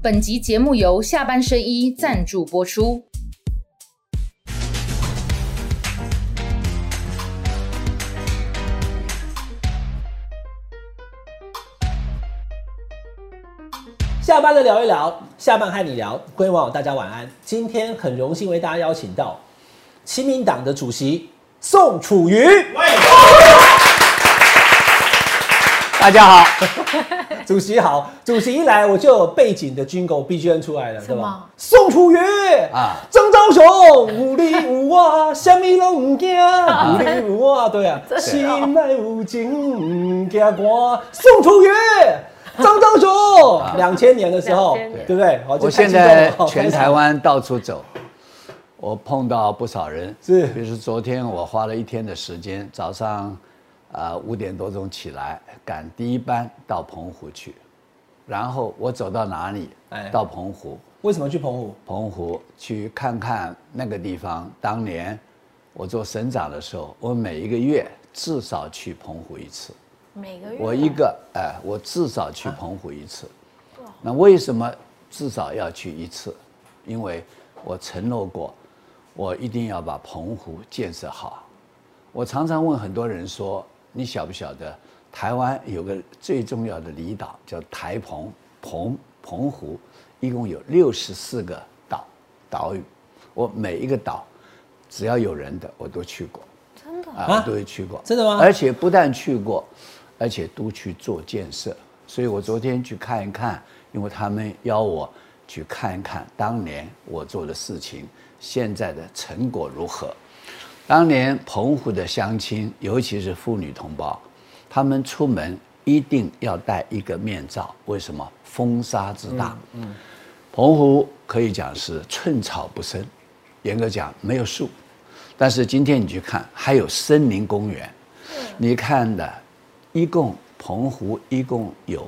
本集节目由下半身衣赞助播出。 下班的聊一聊，下班和你聊，各位网友大家晚安。今天很荣幸为大家邀请到亲民党的主席宋楚瑜。大家好，主席好。主席一来我就有背景的军狗 BGM 出来了，对吧？宋楚瑜啊，张昭雄，有你有我，什么都不惊，有你有我，对啊，心内有情，不惊寒。宋楚瑜。张昭雄，2000年的时候，对不对？ 我现在全台湾到处走，我碰到不少人。 是， 比如说昨天我花了1天的时间，早上5点多钟起来，赶第一班到澎湖去，然后我走到哪里？到澎湖。 为什么去澎湖？ 澎湖去看看那个地方。当年我做省长的时候，我每一个月至少去澎湖1次。 每个月我至少去澎湖1次。那为什么至少要去1次？因为我承诺过，我一定要把澎湖建设好。我常常问很多人说，你晓不晓得台湾有个最重要的离岛叫台澎，澎湖一共有64个岛屿，我每一个岛只要有人的我都去过。 真的我都会去过。 真的吗？ 而且不但去过，而且都去做建设。所以我昨天去看一看，因为他们邀我去看一看当年我做的事情，现在的成果如何。当年澎湖的乡亲，尤其是妇女同胞，他们出门一定要戴一个面罩。为什么？风沙之大。澎湖可以讲是寸草不生，严格讲没有树。但是今天你去看，还有森林公园。你看的，澎湖一共有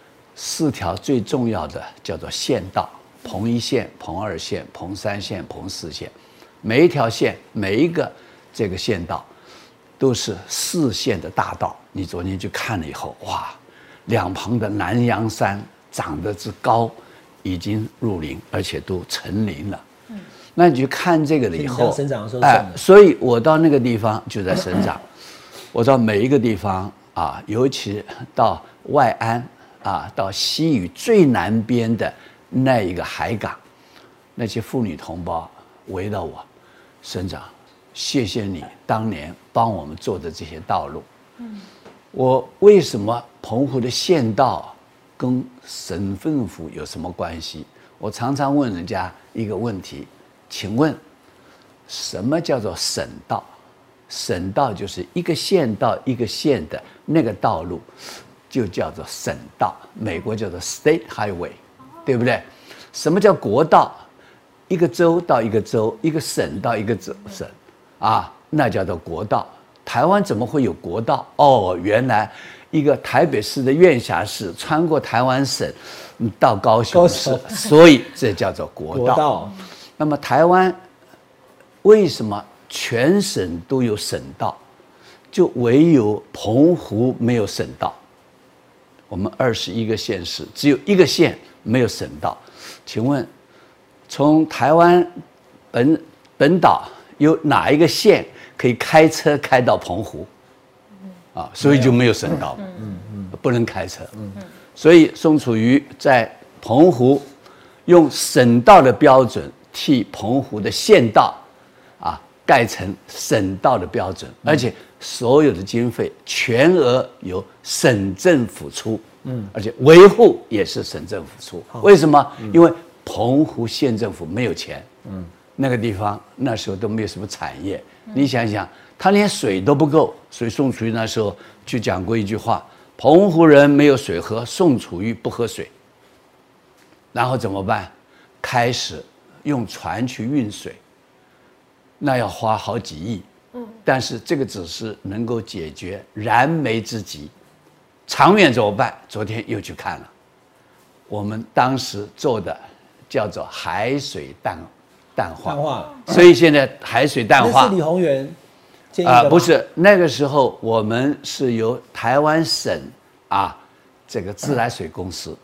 4条最重要的叫做县道：澎1线、澎2线、澎3线、澎4线。每一条线，每一个这个县道，都是4线的大道。你昨天去看了以后，哇，两旁的南洋山长得之高，已经入林，而且都成林了。那你去看这个了以后， 省长的时候所以我到那个地方就在省长，我到每一个地方啊，尤其到外安啊，到西屿最南边的那一个海港，那些妇女同胞围到我，省长，谢谢你当年帮我们做的这些道路。我为什么澎湖的县道跟省政府有什么关系？我常常问人家一个问题。请问，什么叫做省道？省道就是一个县到一个县的那个道路，就叫做省道。美国叫做 State Highway， 对不对？什么叫国道？一个州到一个州，一个省到一个省，那叫做国道。台湾怎么会有国道？原来一个台北市的院辖市穿过台湾省，到高雄市，所以这叫做国道。那么台湾为什么全省都有省道，就唯有澎湖没有省道？我们21个县市只有1个县没有省道。请问，从台湾本岛有哪一个县可以开车开到澎湖？所以就没有省道，不能开车。所以宋楚瑜在澎湖用省道的标准。替澎湖的县道盖成省道的标准，而且所有的经费全额由省政府出，而且维护也是省政府出。为什么？因为澎湖县政府没有钱，那个地方那时候都没有什么产业。你想想，他连水都不够，所以宋楚瑜那时候就讲过一句话：澎湖人没有水喝，宋楚瑜不喝水。然后怎么办？开始用船去运水，那要花好几亿。但是这个只是能够解决燃眉之急，长远怎么办？昨天又去看了，我们当时做的叫做海水淡化，所以现在海水淡化。 那是李鸿源建议的吗？ 不是，那个时候我们是由台湾省这个自来水公司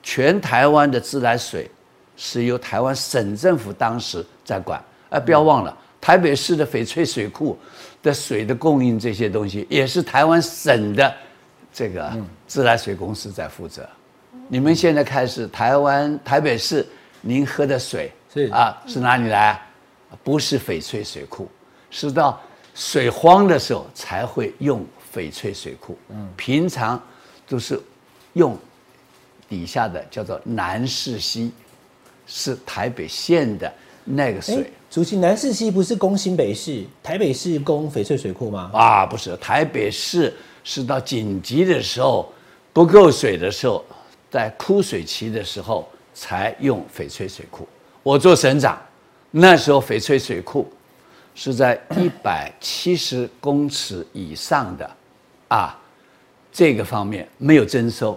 全台湾的自来水是由台湾省政府当时在管，不要忘了，台北市的翡翠水库的水的供应这些东西，也是台湾省的这个自来水公司在负责。你们现在开始，台北市您喝的水是哪里来？不是翡翠水库，是到水荒的时候才会用翡翠水库。平常都是用底下的叫做南势溪，是台北县的那个水。 主席，南势溪不是供新北市，台北市供翡翠水库吗？ 不是，台北市是到紧急的时候不够水的时候，在枯水期的时候才用翡翠水库。我做省长，那时候翡翠水库是在170公尺以上的，这个方面没有征收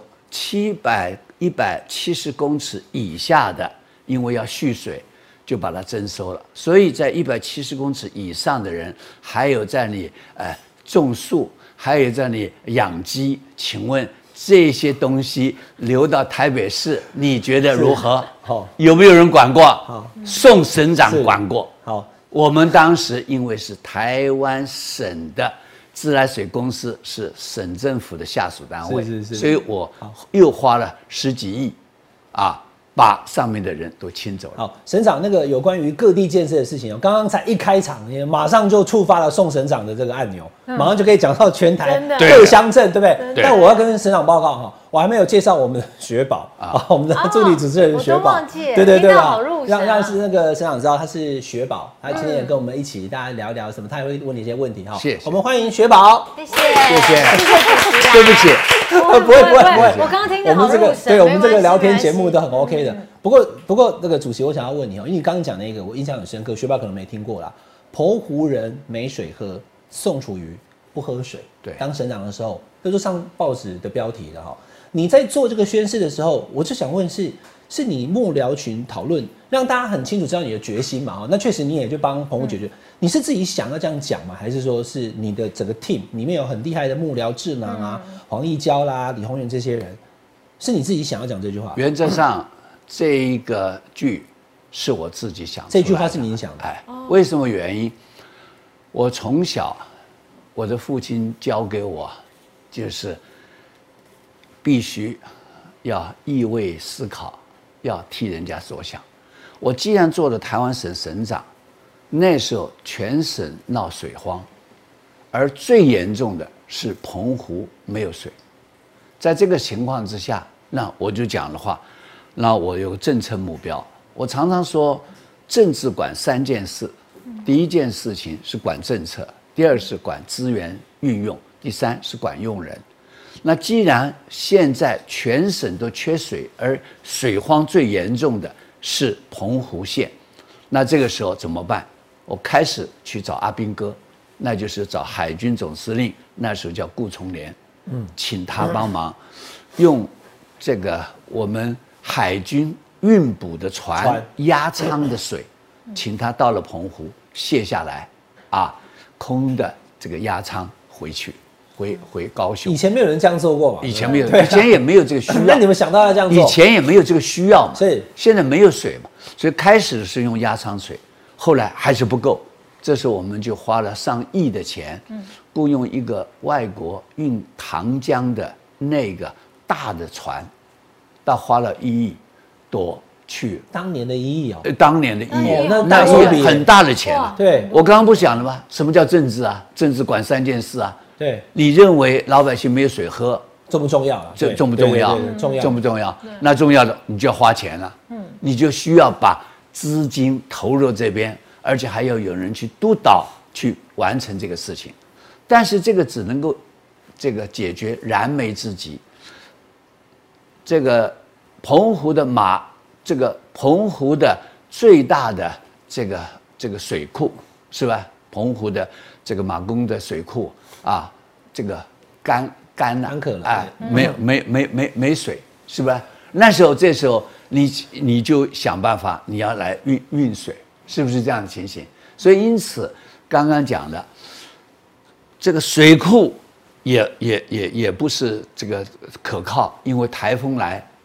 ，170公尺以下的，因为要蓄水，就把它征收了。所以在170公尺以上的人，还有在你种树，还有在你养鸡，请问这些东西流到台北市，你觉得如何？ 好， 有没有人管过？好，宋省长管过。 好， 我们当时因为是台湾省的自来水公司，是省政府的下属单位，所以我又花了10几亿，把上面的人都清走了。 好，省长，那个有关于各地建设的事情刚刚才一开场，马上就触发了宋省长的这个按钮，马上就可以讲到全台各乡镇，对不对？但我要跟省长报告我还没有介绍我们的雪宝我们的助理主持人雪宝，对让是那个省长知道他是雪宝，他今天也跟我们一起大家聊一聊什么，他也会问你一些问题谢谢， 我们欢迎雪宝， 谢谢， 对不起，不会， 我刚刚听得好入神， 对我们这个聊天节目都很 OK 的。不过那个主席，我想要问你因为你刚刚讲那个我印象很深刻，雪宝可能没听过啦。澎湖人没水喝，宋楚瑜不喝水。对，当省长的时候，这就上报纸的标题了你在做这个宣誓的时候，我就想问是你幕僚群讨论，让大家很清楚知道你的决心嘛？那确实你也就帮澎湖解决。你是自己想要这样讲吗？还是说是你的整个 team 里面有很厉害的幕僚智囊黄义交啦、李鸿源这些人，是你自己想要讲这句话？ 原则上，这一个句是我自己想出来的。 这句话是你想的？ 为什么原因？我从小，我的父亲教给我，就是必须要易位思考，要替人家着想。我既然做了台湾省省长，那时候全省闹水荒，而最严重的是澎湖没有水。在这个情况之下，那我就讲的话，那我有个政策目标。我常常说，政治管3件事，第一件事情是管政策，第二是管资源运用，第三是管用人。那既然现在全省都缺水，而水荒最严重的是澎湖县，那这个时候怎么办？我开始去找阿兵哥，那就是找海军总司令，那时候叫顾从廉，请他帮忙，用这个我们海军运补的船压舱的水，请他到了澎湖卸下来，空的这个压舱回去。回高雄， 以前没有人这样做过嘛？ 以前没有，以前也没有这个需要。 那你们想到要这样做？ 以前也没有这个需要嘛。 是， 现在没有水嘛，所以开始是用压舱水，后来还是不够，这时候我们就花了上亿的钱，雇佣一个外国运糖浆的那个大的船，到花了1亿多去。 当年的1亿当年的1亿， 那是很大的钱啊。 对， 我刚刚不讲了吗？什么叫政治啊？政治管3件事啊。 对， 你认为老百姓没有水喝， 重不重要啊？ 这重不重要？重不重要？那重要的你就要花钱了，你就需要把资金投入这边，而且还要有人去督导去完成这个事情。但是这个只能够这个解决燃眉之急。这个澎湖的这个澎湖的最大的这个水库是吧？澎湖的这个马公的水库这个干了， 渴了， 没水，是吧？这时候你就想办法，你要来运水，是不是这样的情形？所以因此刚刚讲的这个水库也不是这个可靠，因为台风来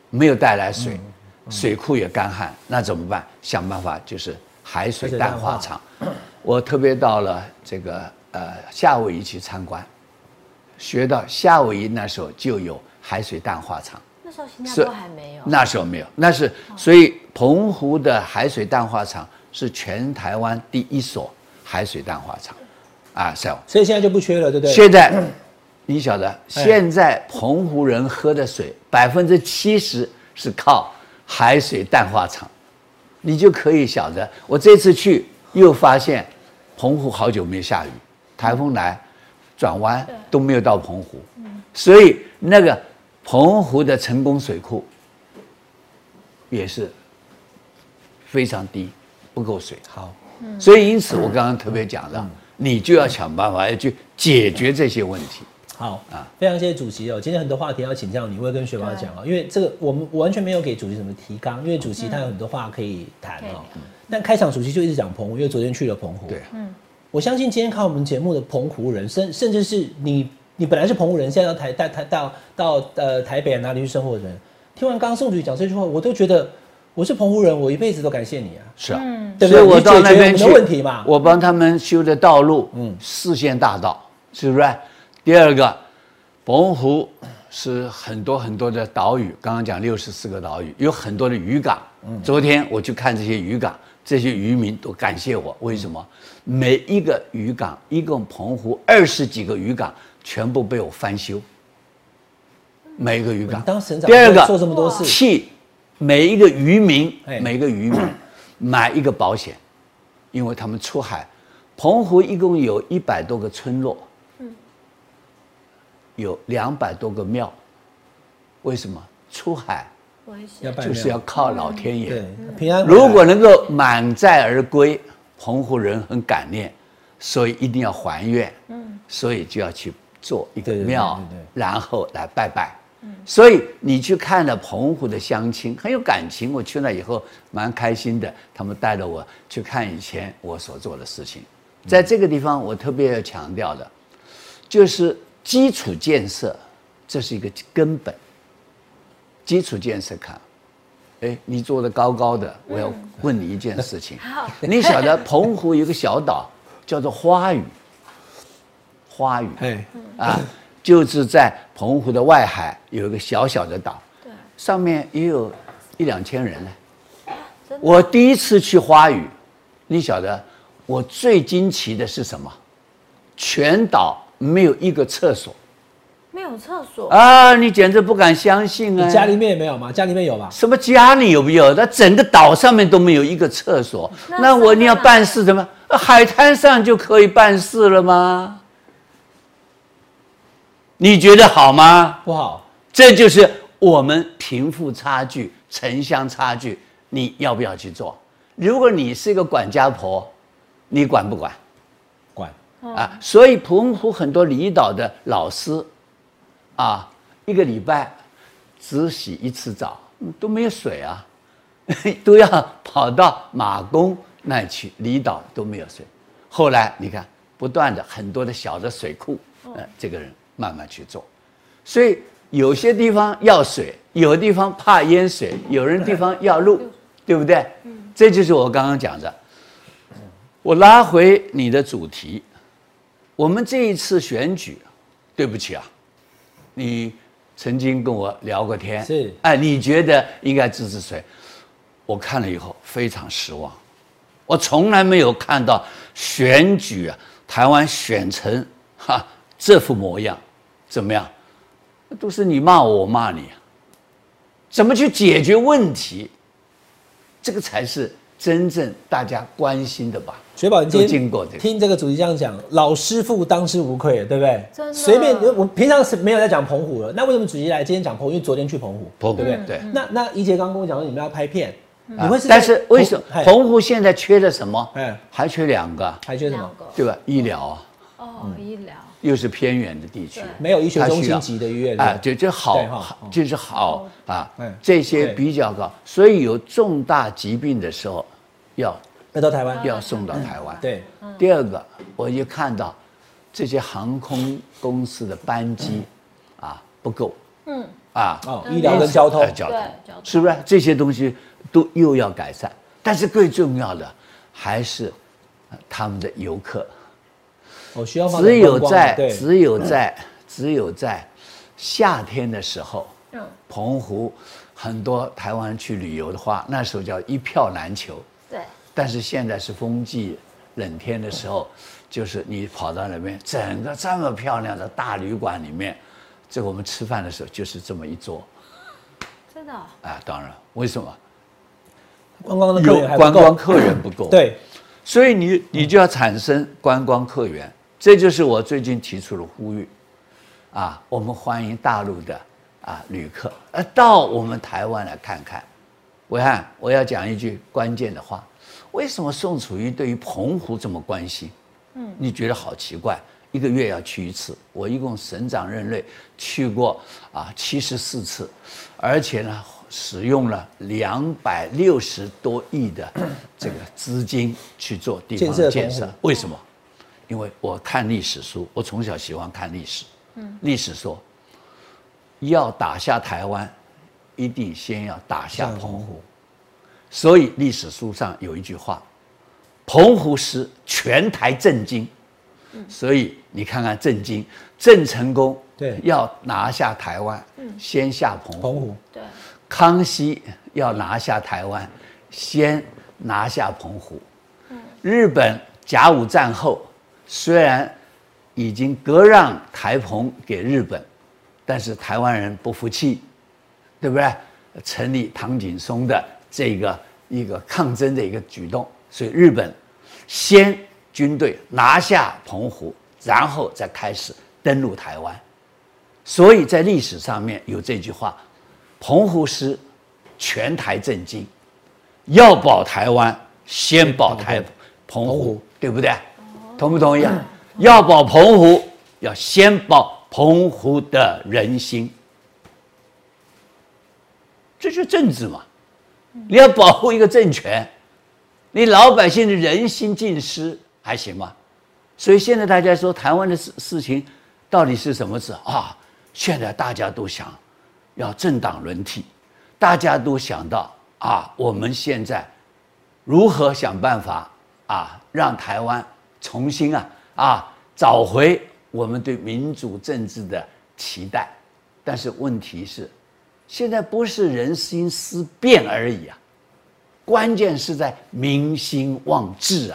没有带来水，水库也干旱，那怎么办？想办法就是海水淡化厂。我特别到了这个夏威夷去参观，学到夏威夷那时候就有海水淡化厂。 那时候新加坡还没有。 那时候没有，那是所以澎湖的海水淡化厂是全台湾第一所海水淡化厂，啊， 所以现在就不缺了，对不对？ 现在你晓得，现在澎湖人喝的水70%是靠海水淡化厂，你就可以晓得。我这次去又发现，澎湖好久没下雨，台风来，转弯都没有到澎湖，所以那个澎湖的成功水库也是非常低，不够水。 好， 所以因此我刚刚特别讲了，你就要想办法要去解决这些问题。 好啊，非常谢谢主席哦。今天很多话题要请教你，我会跟学宝讲哦，因为这个我们完全没有给主席什么提纲，因为主席他有很多话可以谈哦。但开场主席就一直讲澎湖，因为昨天去了澎湖。 对， 我相信今天看我们节目的澎湖人，甚至是你本来是澎湖人，现在到台北哪里去生活的人，听完刚刚宋主席讲这句话，我都觉得我是澎湖人，我一辈子都感谢你啊。 是啊， 对不对？ 所以我到那边去， 问题嘛， 我帮他们修的道路，4线大道，是不是？第二个，澎湖是很多很多的岛屿，刚刚讲64个岛屿，有很多的渔港。昨天我去看这些渔港，这些渔民都感谢我，为什么？每一个渔港，一共澎湖20几个渔港，全部被我翻修。每一个渔港。 当省长， 第二个， 做这么多事， 替每一个渔民买一个保险，因为他们出海，澎湖一共有100多个村落。有200多个庙，为什么出海？就是要靠老天爷。 对，平安。 如果能够满载而归，澎湖人很感念，所以一定要还愿。所以就要去做一个庙，然后来拜拜。所以你去看了澎湖的乡亲，很有感情。我去了以后蛮开心的，他们带着我去看以前我所做的事情。在这个地方，我特别要强调的，就是基础建设，这是一个根本。基础建设看，你做的高高的，我要问你一件事情。你晓得澎湖有个小岛叫做花屿，就是在澎湖的外海有一个小小的岛，上面也有1-2千人呢。我第一次去花屿，你晓得我最惊奇的是什么？全岛没有一个厕所。 没有厕所啊！你简直不敢相信啊！ 你家里面也没有吗？家里面有吧？ 什么家里有没有？那整个岛上面都没有一个厕所。那你要办事怎么？海滩上就可以办事了吗？你觉得好吗？ 不好。 这就是我们贫富差距、城乡差距。你要不要去做？如果你是一个管家婆，你管不管？ 管啊！所以澎湖很多离岛的老师。1个礼拜只洗1次澡，都没有水啊，都要跑到马公那去，离岛都没有水。后来你看，不断的很多的小的水库，这个人慢慢去做。所以有些地方要水，有的地方怕淹水，有人地方要路，对不对？这就是我刚刚讲的。我拉回你的主题，我们这一次选举，对不起啊。你曾经跟我聊过天， 是， 你觉得应该支持谁？我看了以后非常失望。我从来没有看到选举台湾选成这副模样，怎么样？都是你骂我，我骂你，怎么去解决问题？这个才是真正大家关心的吧。 雪宝，你今天听这个主题这样讲，老师傅当之无愧，对不对？随便，我平常是没有在讲澎湖了，那为什么主席来今天讲澎湖？因为昨天去澎湖，对不对？ 对。 那怡杰刚跟我讲说你们要拍片，你会是？ 但是为什么澎湖现在缺了什么？还缺2个， 还缺什么？ 对吧？医疗医疗又是偏远的地区， 没有医学中心级的医院就好，就是好这些比较高，所以有重大疾病的时候要到台湾， 要送到台湾。 对。 第二个，我就看到这些航空公司的班机不够， 医疗跟交通， 是不是这些东西都又要改善？但是最重要的还是他们的游客。 需要只有在夏天的时候，澎湖很多台湾人去旅游的话，那时候叫一票难求。 对。 但是现在是风季冷天的时候，就是你跑到那边，整个这么漂亮的大旅馆里面，这我们吃饭的时候就是这么一桌。 真的？ 当然，为什么？ 观光客源不够。 对。 所以你就要产生观光客源。这就是我最近提出的呼吁，我们欢迎大陆的旅客到我们台湾来看看。伟汉，我要讲一句关键的话：为什么宋楚瑜对于澎湖这么关心？你觉得好奇怪，一个月要去一次。我一共省长任内去过74次，而且呢使用了260多亿的这个资金去做地方的建设。为什么？因为我看历史书，我从小喜欢看历史。历史说，要打下台湾，一定先要打下澎湖。所以历史书上有一句话：澎湖失，全台震惊。所以你看看郑成功要拿下台湾，先下澎湖。 对。 康熙要拿下台湾，先拿下澎湖。日本甲午战后，虽然已经割让台澎给日本，但是台湾人不服气，对不对？成立唐景崧的这个一个抗争的一个举动，所以日本先军队拿下澎湖，然后再开始登陆台湾。所以在历史上面有这句话：澎湖失，全台震惊。要保台湾，先保澎湖，对不对？同不同意？要保澎湖，要先保澎湖的人心。这就是政治嘛。你要保护一个政权，你老百姓的人心尽失还行吗？所以现在大家说台湾的事情到底是什么事啊？现在大家都想要政党轮替，大家都想到我们现在如何想办法让台湾重新找回我们对民主政治的期待。但是问题是，现在不是人心思变而已关键是在民心望治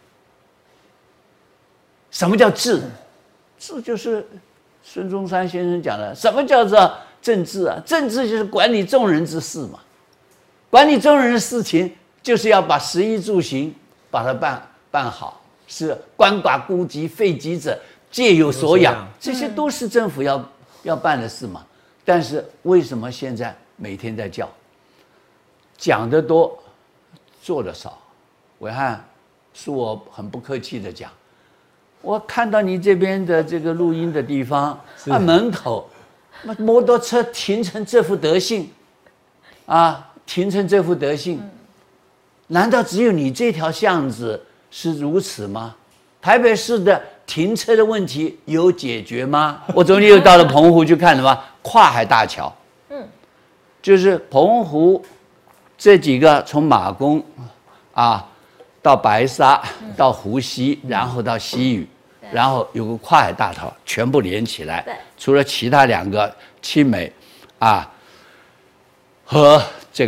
什么叫治？治就是孙中山先生讲的，什么叫做政治政治就是管理众人之事嘛。管理众人的事情，就是要把食衣住行把它办好，是鳏寡孤疾废疾者皆有所养，这些都是政府要办的事嘛。但是为什么现在每天在讲得多，做得少？伟汉，是我很不客气的讲，我看到你这边的这个录音的地方门口，摩托车停成这副德性停成这副德性，难道只有你这条巷子是如此吗？台北市的停车的问题有解决吗？我昨天又到了澎湖去看什么跨海大桥，就是澎湖这几个从马公到白沙到湖西，然后到西屿，然后有个跨海大桥全部连起来，除了其他2个青美和这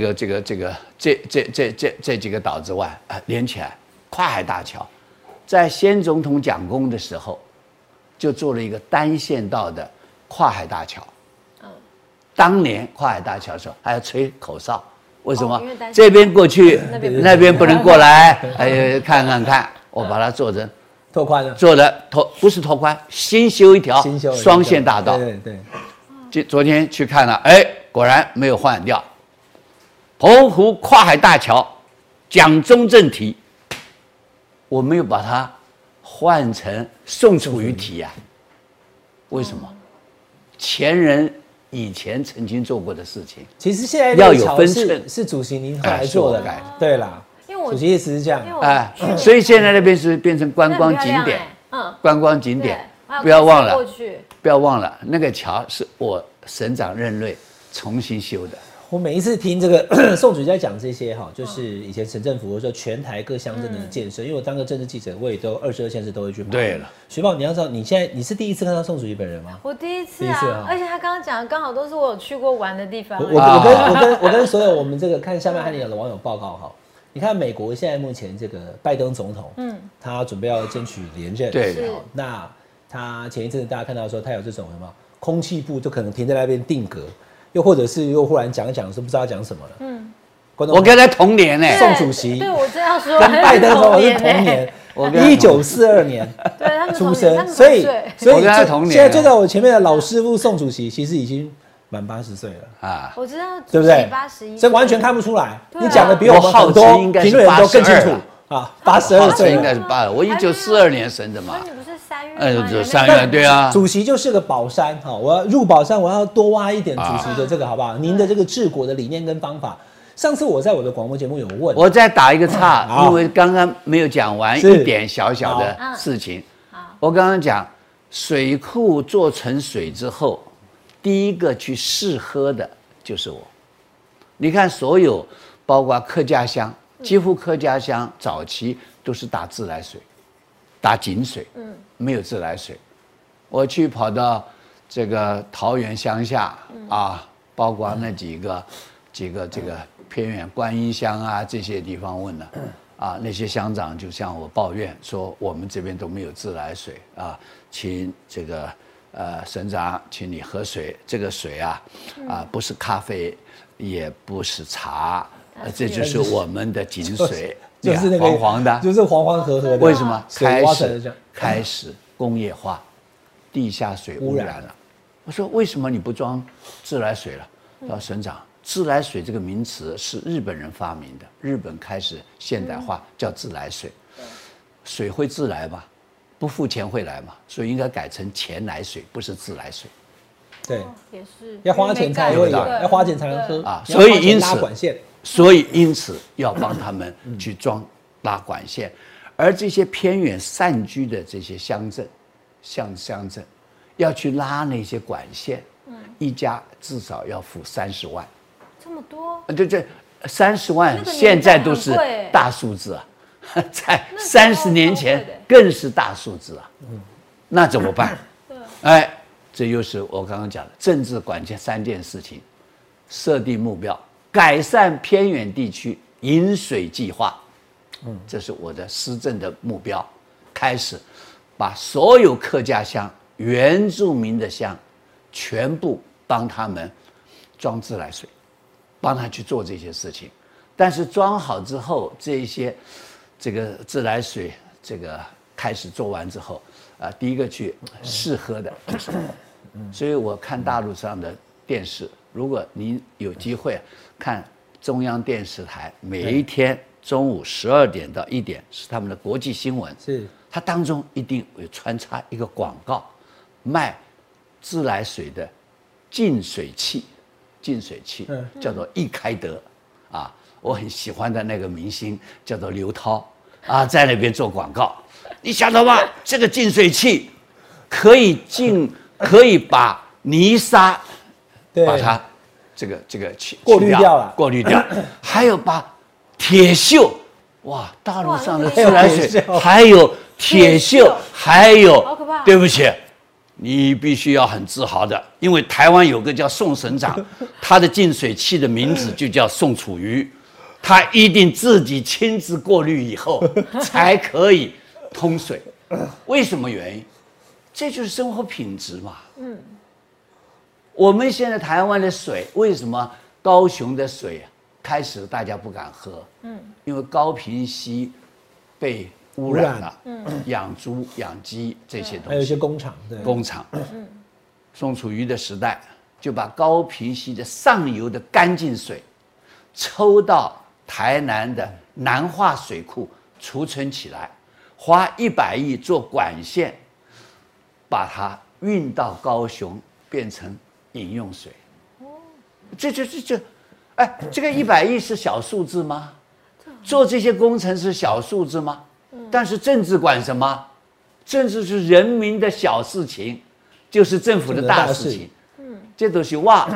几个岛之外连起来，跨海大桥。在先总统讲功的时候，就做了一个单线道的跨海大桥。当年跨海大桥的时候还要吹口哨，为什么？这边过去，那边不能过来。看，我把它做成拓宽了， 不是拓宽，新修一条双线大道。对，昨天去看了，果然没有换掉。澎湖跨海大桥，蒋中正题。我没有把它换成宋楚瑜题为什么？前人以前曾经做过的事情， 其实现在要有分寸， 是主席您后来做的，对啦，因为主席意思是这样， 所以现在那边是变成观光景点，观光景点，不要忘了那个桥是我省长任内重新修的。 我每一次听这个宋主席在讲这些哈，就是以前省政府或者说全台各乡镇的建设，因为我当个政治记者，我也都22县市都会去跑。 对了， 雪宝，你要知道，你是第一次看到宋主席本人吗？ 我第一次啊，而且他刚刚讲的刚好都是我有去过玩的地方。 我跟所有我们这个看下面和你讲的网友报告哈，你看美国现在目前这个拜登总统，他准备要争取连任， 对的。 那他前一阵子大家看到说他有这种什么空气部就可能停在那边定格。又或者是忽然讲说不知道讲什么了。 我跟他同年呢， 宋主席对我这样说， 跟拜登总统是同年，1942年出生，所以我跟他同年。 现在坐在我前面的老师傅宋主席，其实已经满80岁了啊， 我知道， 对不对 ？81， 所以完全看不出来。你讲的比我们很多评论人都更清楚啊，82岁应该是82，我1942年生的嘛。 就 3月，对啊。 主席就是个宝山哈，我要入宝山，我要多挖一点主席的这个好不好？您的这个治国的理念跟方法。上次我在我的广播节目有问， 我再打一个岔，因为刚刚没有讲完一点小小的事情。我刚刚讲水库做成水之后，第一个去试喝的就是我。你看，所有包括客家乡，几乎客家乡早期都是打自来水。打井水，没有自来水。我去跑到这个桃园乡下啊，包括那几个这个偏远观音乡啊这些地方问了，啊，那些乡长就向我抱怨说，我们这边都没有自来水啊，请这个省长，请你喝水，这个水啊不是咖啡，也不是茶，这就是我们的井水。 就是那个黄黄的， 就是黄黄河的。 为什么开始工业化，地下水污染了？我说为什么你不装自来水了？他说省长，自来水这个名词是日本人发明的，日本开始现代化叫自来水，水会自来吗？不付钱会来吗？所以应该改成钱来水，不是自来水。 对， 也是要花钱才会有，要花钱才能喝啊。 所以因此拉管线。 因此要帮他们去装拉管线，而这些偏远散居的这些乡镇，要去拉那些管线，一家至少要付30万。 这么多？ 这30万现在都是大数字啊，在30年前更是大数字啊。那怎么办？哎，这就是我刚刚讲的政治关键3件事情：设定目标。改善偏远地区饮水计划，这是我的施政的目标。开始把所有客家乡、原住民的乡，全部帮他们装自来水，帮他去做这些事情。但是装好之后，这个自来水开始做完之后，第一个去试喝的就是我。所以我看大陆上的电视，如果你有机会看中央电视台，每一天中午12点到1点是他们的国际新闻， 是它当中一定会穿插一个广告，卖自来水的净水器，叫做易开德啊，我很喜欢的那个明星叫做刘涛啊，在那边做广告，你晓得吗？这个净水器可以把泥沙把它这个过滤掉了， 过滤掉，还有把铁锈，哇，大陆上的自来水还有铁锈，还有，对不起，你必须要很自豪的，因为台湾有个叫宋省长，他的净水器的名字就叫宋楚瑜，他一定自己亲自过滤以后才可以通水。为什么原因？这就是生活品质嘛。我们现在台湾的水，为什么高雄的水开始大家不敢喝？因为高屏溪被污染了，养猪养鸡这些东西， 还有一些工厂，对， 工厂。宋楚瑜的时代就把高屏溪的上游的干净水抽到台南的南化水库储存起来，花100亿做管线，把它运到高雄变成饮用水。这，哎，这个100亿是小数字吗？做这些工程是小数字吗？但是政治管什么？政治是人民的小事情，就是政府的大事情。这都是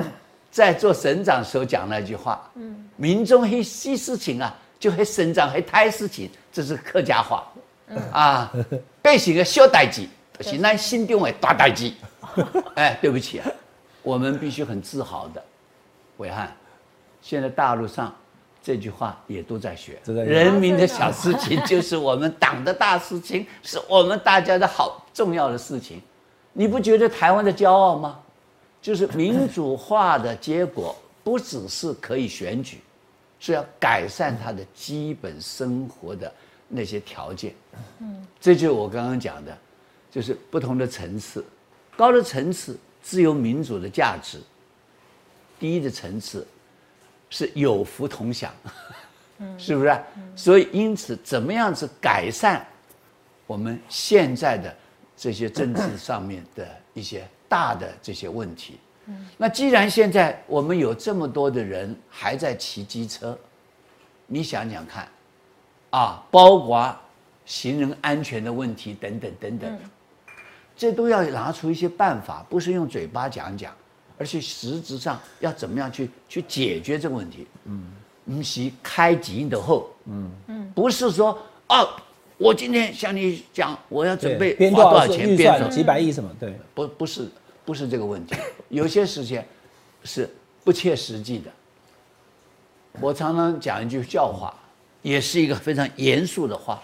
在做省长时候讲那句话，民众黑细事情啊，就黑省长黑太事情，这是客家话，啊，百姓的小代志，是咱心中的大代志。哎，对不起啊，我们必须很自豪的，伟汉，现在大陆上这句话也都在学，人民的小事情就是我们党的大事情，是我们大家的好重要的事情。你不觉得台湾的骄傲吗？就是民主化的结果，不只是可以选举，是要改善他的基本生活的那些条件。这就是我刚刚讲的，就是不同的层次，高的层次自由民主的价值，低的层次是有福同享，是不是？所以因此，怎么样子改善我们现在的这些政治上面的一些大的这些问题？那既然现在我们有这么多的人还在骑机车，你想想看，啊，包括行人安全的问题等等等等，这都要拿出一些办法，不是用嘴巴讲讲，而且实质上要怎么样去解决这个问题。不是开几的后，不是说哦，我今天向你讲，我要准备花多少钱， 预算几百亿什么？对， 不是这个问题，有些事情是不切实际的。我常常讲一句笑话，也是一个非常严肃的话。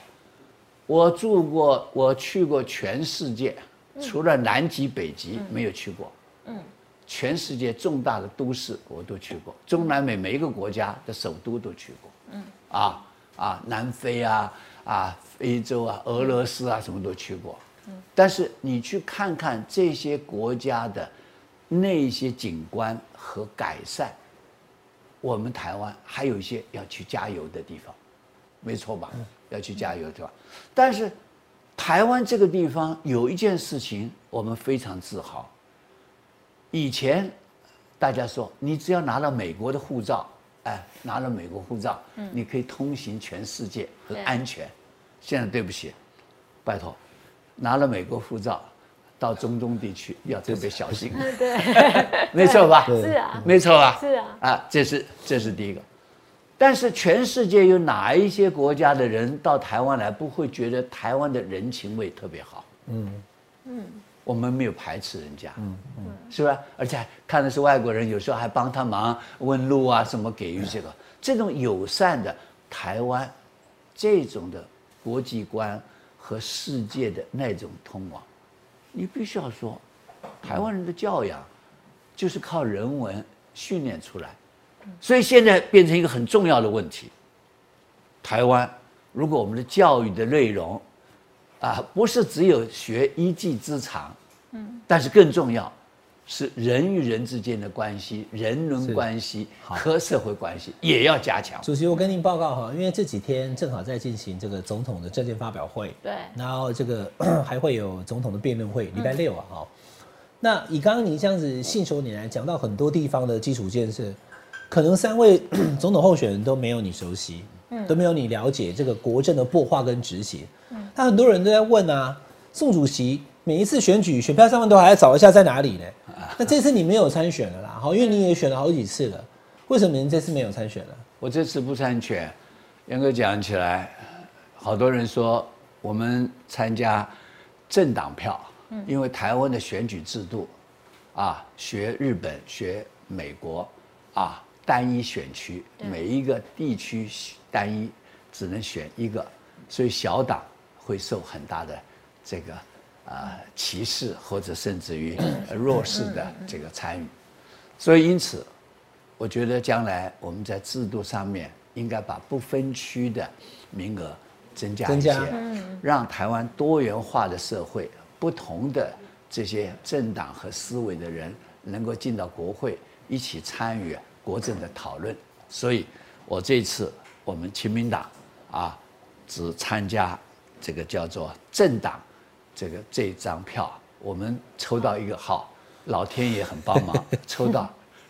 我去过全世界，除了南极、北极没有去过。全世界重大的都市我都去过，中南美每一个国家的首都都去过。南非非洲俄罗斯什么都去过。但是你去看看这些国家的那些景观和改善，我们台湾还有一些要去加油的地方，没错吧？要去加油的地方。但是台湾这个地方有一件事情我们非常自豪。以前大家说，你只要拿了美国的护照，拿了美国护照，你可以通行全世界，很安全。现在对不起，拜托，拿了美国护照到中东地区要特别小心。 对， 没错吧？ 是啊， 没错吧？ 是啊。 这是第一个。但是全世界有哪一些国家的人到台湾来，不会觉得台湾的人情味特别好？我们没有排斥人家，是吧？而且看的是外国人，有时候还帮他忙问路什么，给予这种友善的台湾，这种的国际观和世界的那种通往，你必须要说，台湾人的教养就是靠人文训练出来，所以现在变成一个很重要的问题。台湾如果我们的教育的内容不是只有学一技之长，但是更重要是人与人之间的关系、人伦关系和社会关系也要加强。 主席，我跟您报告哈，因为这几天正好在进行这个总统的政见发表会， 对， 然后这个还会有总统的辩论会，礼拜6那以刚刚您这样子信手拈来讲到很多地方的基础建设，可能3位总统候选人都没有你熟悉，都没有你了解这个国政的擘画跟执行。那很多人都在问宋主席每一次选举选票上面都还要找一下在哪里呢？那这次你没有参选了啦，因为你也选了好几次了，为什么您这次没有参选了？ 我这次不参选，严格讲起来，好多人说我们参加政党票，因为台湾的选举制度学日本、学美国单一选区，每一个地区单一只能选一个，所以小党会受很大的这个歧视或者甚至于弱势的这个参与，所以因此，我觉得将来我们在制度上面应该把不分区的名额增加一些，让台湾多元化的社会，不同的这些政党和思维的人能够进到国会一起参与国政的讨论。所以我这次我们亲民党只参加这个叫做政党这张票，我们抽到一个号，老天爷很帮忙，抽到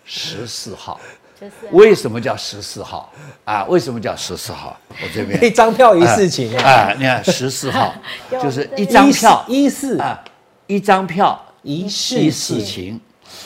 14号。为什么叫14号为什么叫14号？我这边一张票一事情你看14号就是一张票 14 一张票一事情。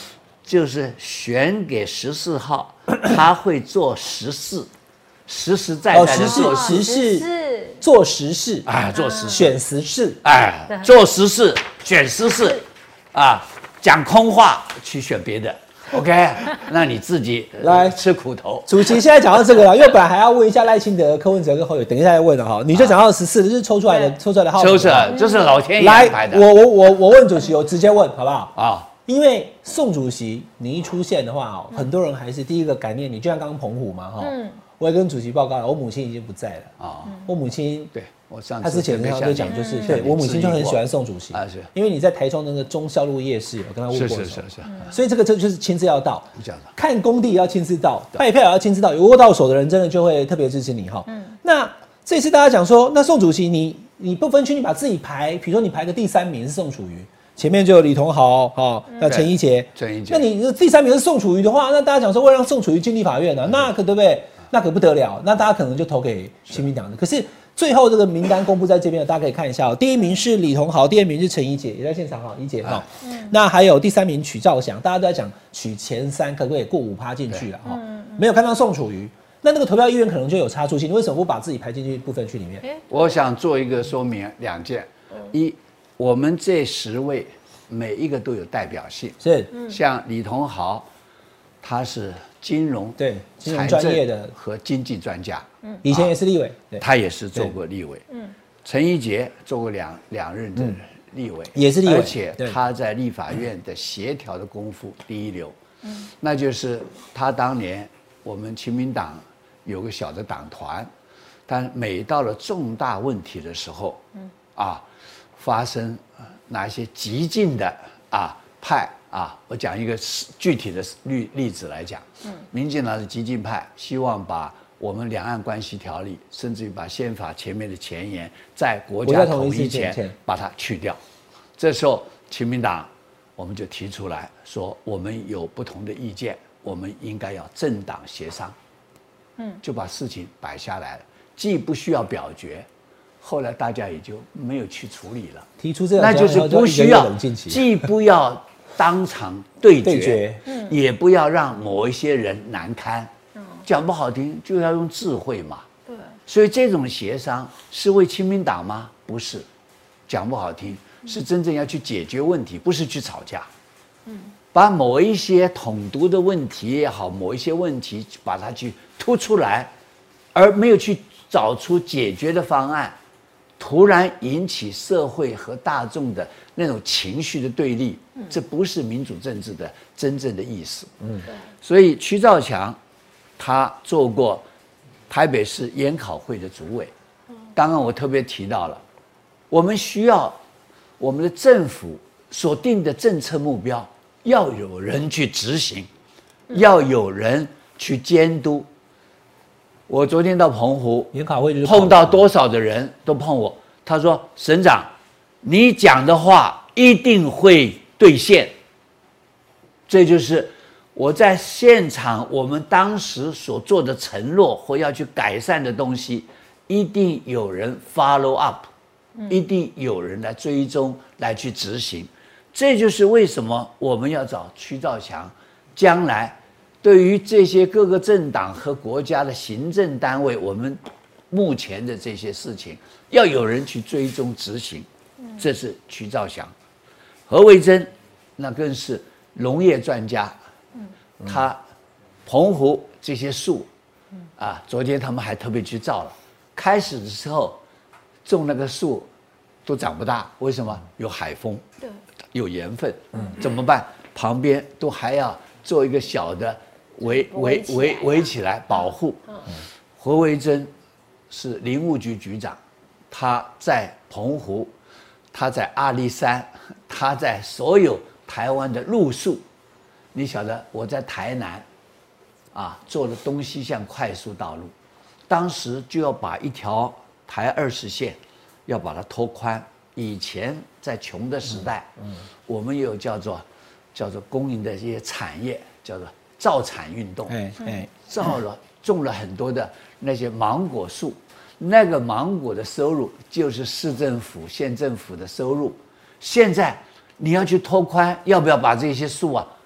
就是选给14号，他会做实事，实实在在的做实事，做实事， 做实事， 选实事， 做实事，选实事，讲空话去选别的。OK， 那你自己来吃苦头。 主席现在讲到这个了，因为本来还要问一下赖清德、柯文哲跟侯友，等一下再问了哈。你就讲到14，这是抽出来的号码， 这是老天爷安排的。 我问主席，我直接问好不好？ 啊， 因为宋主席你一出现的话，很多人还是第一个感念你，就像刚刚澎湖嘛哈。我也跟主席报告了，我母亲已经不在了啊。我母亲对。他之前就讲，就是对我母亲就很喜欢宋主席是因为你在台中那个忠孝路夜市有跟他握过手，是，所以这就是亲自要到，看工地也要亲自到，拜票也要亲自到，有握到手的人真的就会特别支持你哈。那这次大家讲说，那宋主席你不分区，你把自己排，比如说你排个第3名是宋楚瑜，前面就有李同豪那陈怡杰，那你第3名是宋楚瑜的话，那大家讲说为了让宋楚瑜进立法院呢，那可对不对？那可不得了，那大家可能就投给亲民党的，可是。最后这个名单公布在这边，大家可以看一下第1名是李同豪，第2名是陈怡姐，也在现场怡姐那还有第3名曲兆祥，大家都在讲取前3可不可以过5%进去了没有看到宋楚瑜，那个投票意愿可能就有差出性，你为什么不把自己排进去不分区里面？ 我想做一个说明2件，一，我们这10位每一个都有代表性， 是像李同豪，他是金融专业的和经济专家。 以前也是立委， 他也是做过立委。陈怡杰做过两任的立委， 也是立委， 而且他在立法院的协调的功夫第一流。那就是他当年我们亲民党有个小的党团，但每到了重大问题的时候，发生哪一些激进的派我讲一个具体的例子来讲，民进党是激进派，希望把我们两岸关系条例，甚至于把宪法前面的前言，在国家统一前把它去掉。这时候，亲民党我们就提出来说，我们有不同的意见，我们应该要政党协商。就把事情摆下来了，既不需要表决，后来大家也就没有去处理了。 提出这个， 那就是不需要，既不要当场对决，也不要让某一些人难堪。讲不好听，就要用智慧嘛。对，所以这种协商是为亲民党吗？不是，讲不好听，是真正要去解决问题，不是去吵架。把某一些统独的问题也好，某一些问题把它去突出来，而没有去找出解决的方案，突然引起社会和大众的那种情绪的对立，这不是民主政治的真正的意思。所以曲兆强他做过台北市研考会的主委，刚刚我特别提到了，我们需要我们的政府所定的政策目标要有人去执行，要有人去监督。我昨天到澎湖研考会， 碰到多少的人都碰我，他说：“省长，你讲的话一定会兑现。”这就是我在现场我们当时所做的承诺或要去改善的东西，一定有人 follow up，一定有人来追踪来去执行。这就是为什么我们要找曲兆强，将来对于这些各个政党和国家的行政单位，我们目前的这些事情，要有人去追踪执行。这是曲兆祥。何为珍那更是农业专家，他澎湖这些树昨天他们还特别去照了，开始的时候种那个树都长不大，为什么？有海风，有盐分，怎么办？旁边都还要做一个小的围起来保护。何为珍是林务局局长，他在澎湖，他在阿里山，他在所有台湾的路树。你晓得我在台南做了东西向快速道路，当时就要把一条台20线要把它拓宽。以前在穷的时代，我们有叫做公营的一些产业，叫做造产运动，种了很多的那些芒果树，那个芒果的收入就是市政府、县政府的收入。现在你要去拓宽，要不要把这些树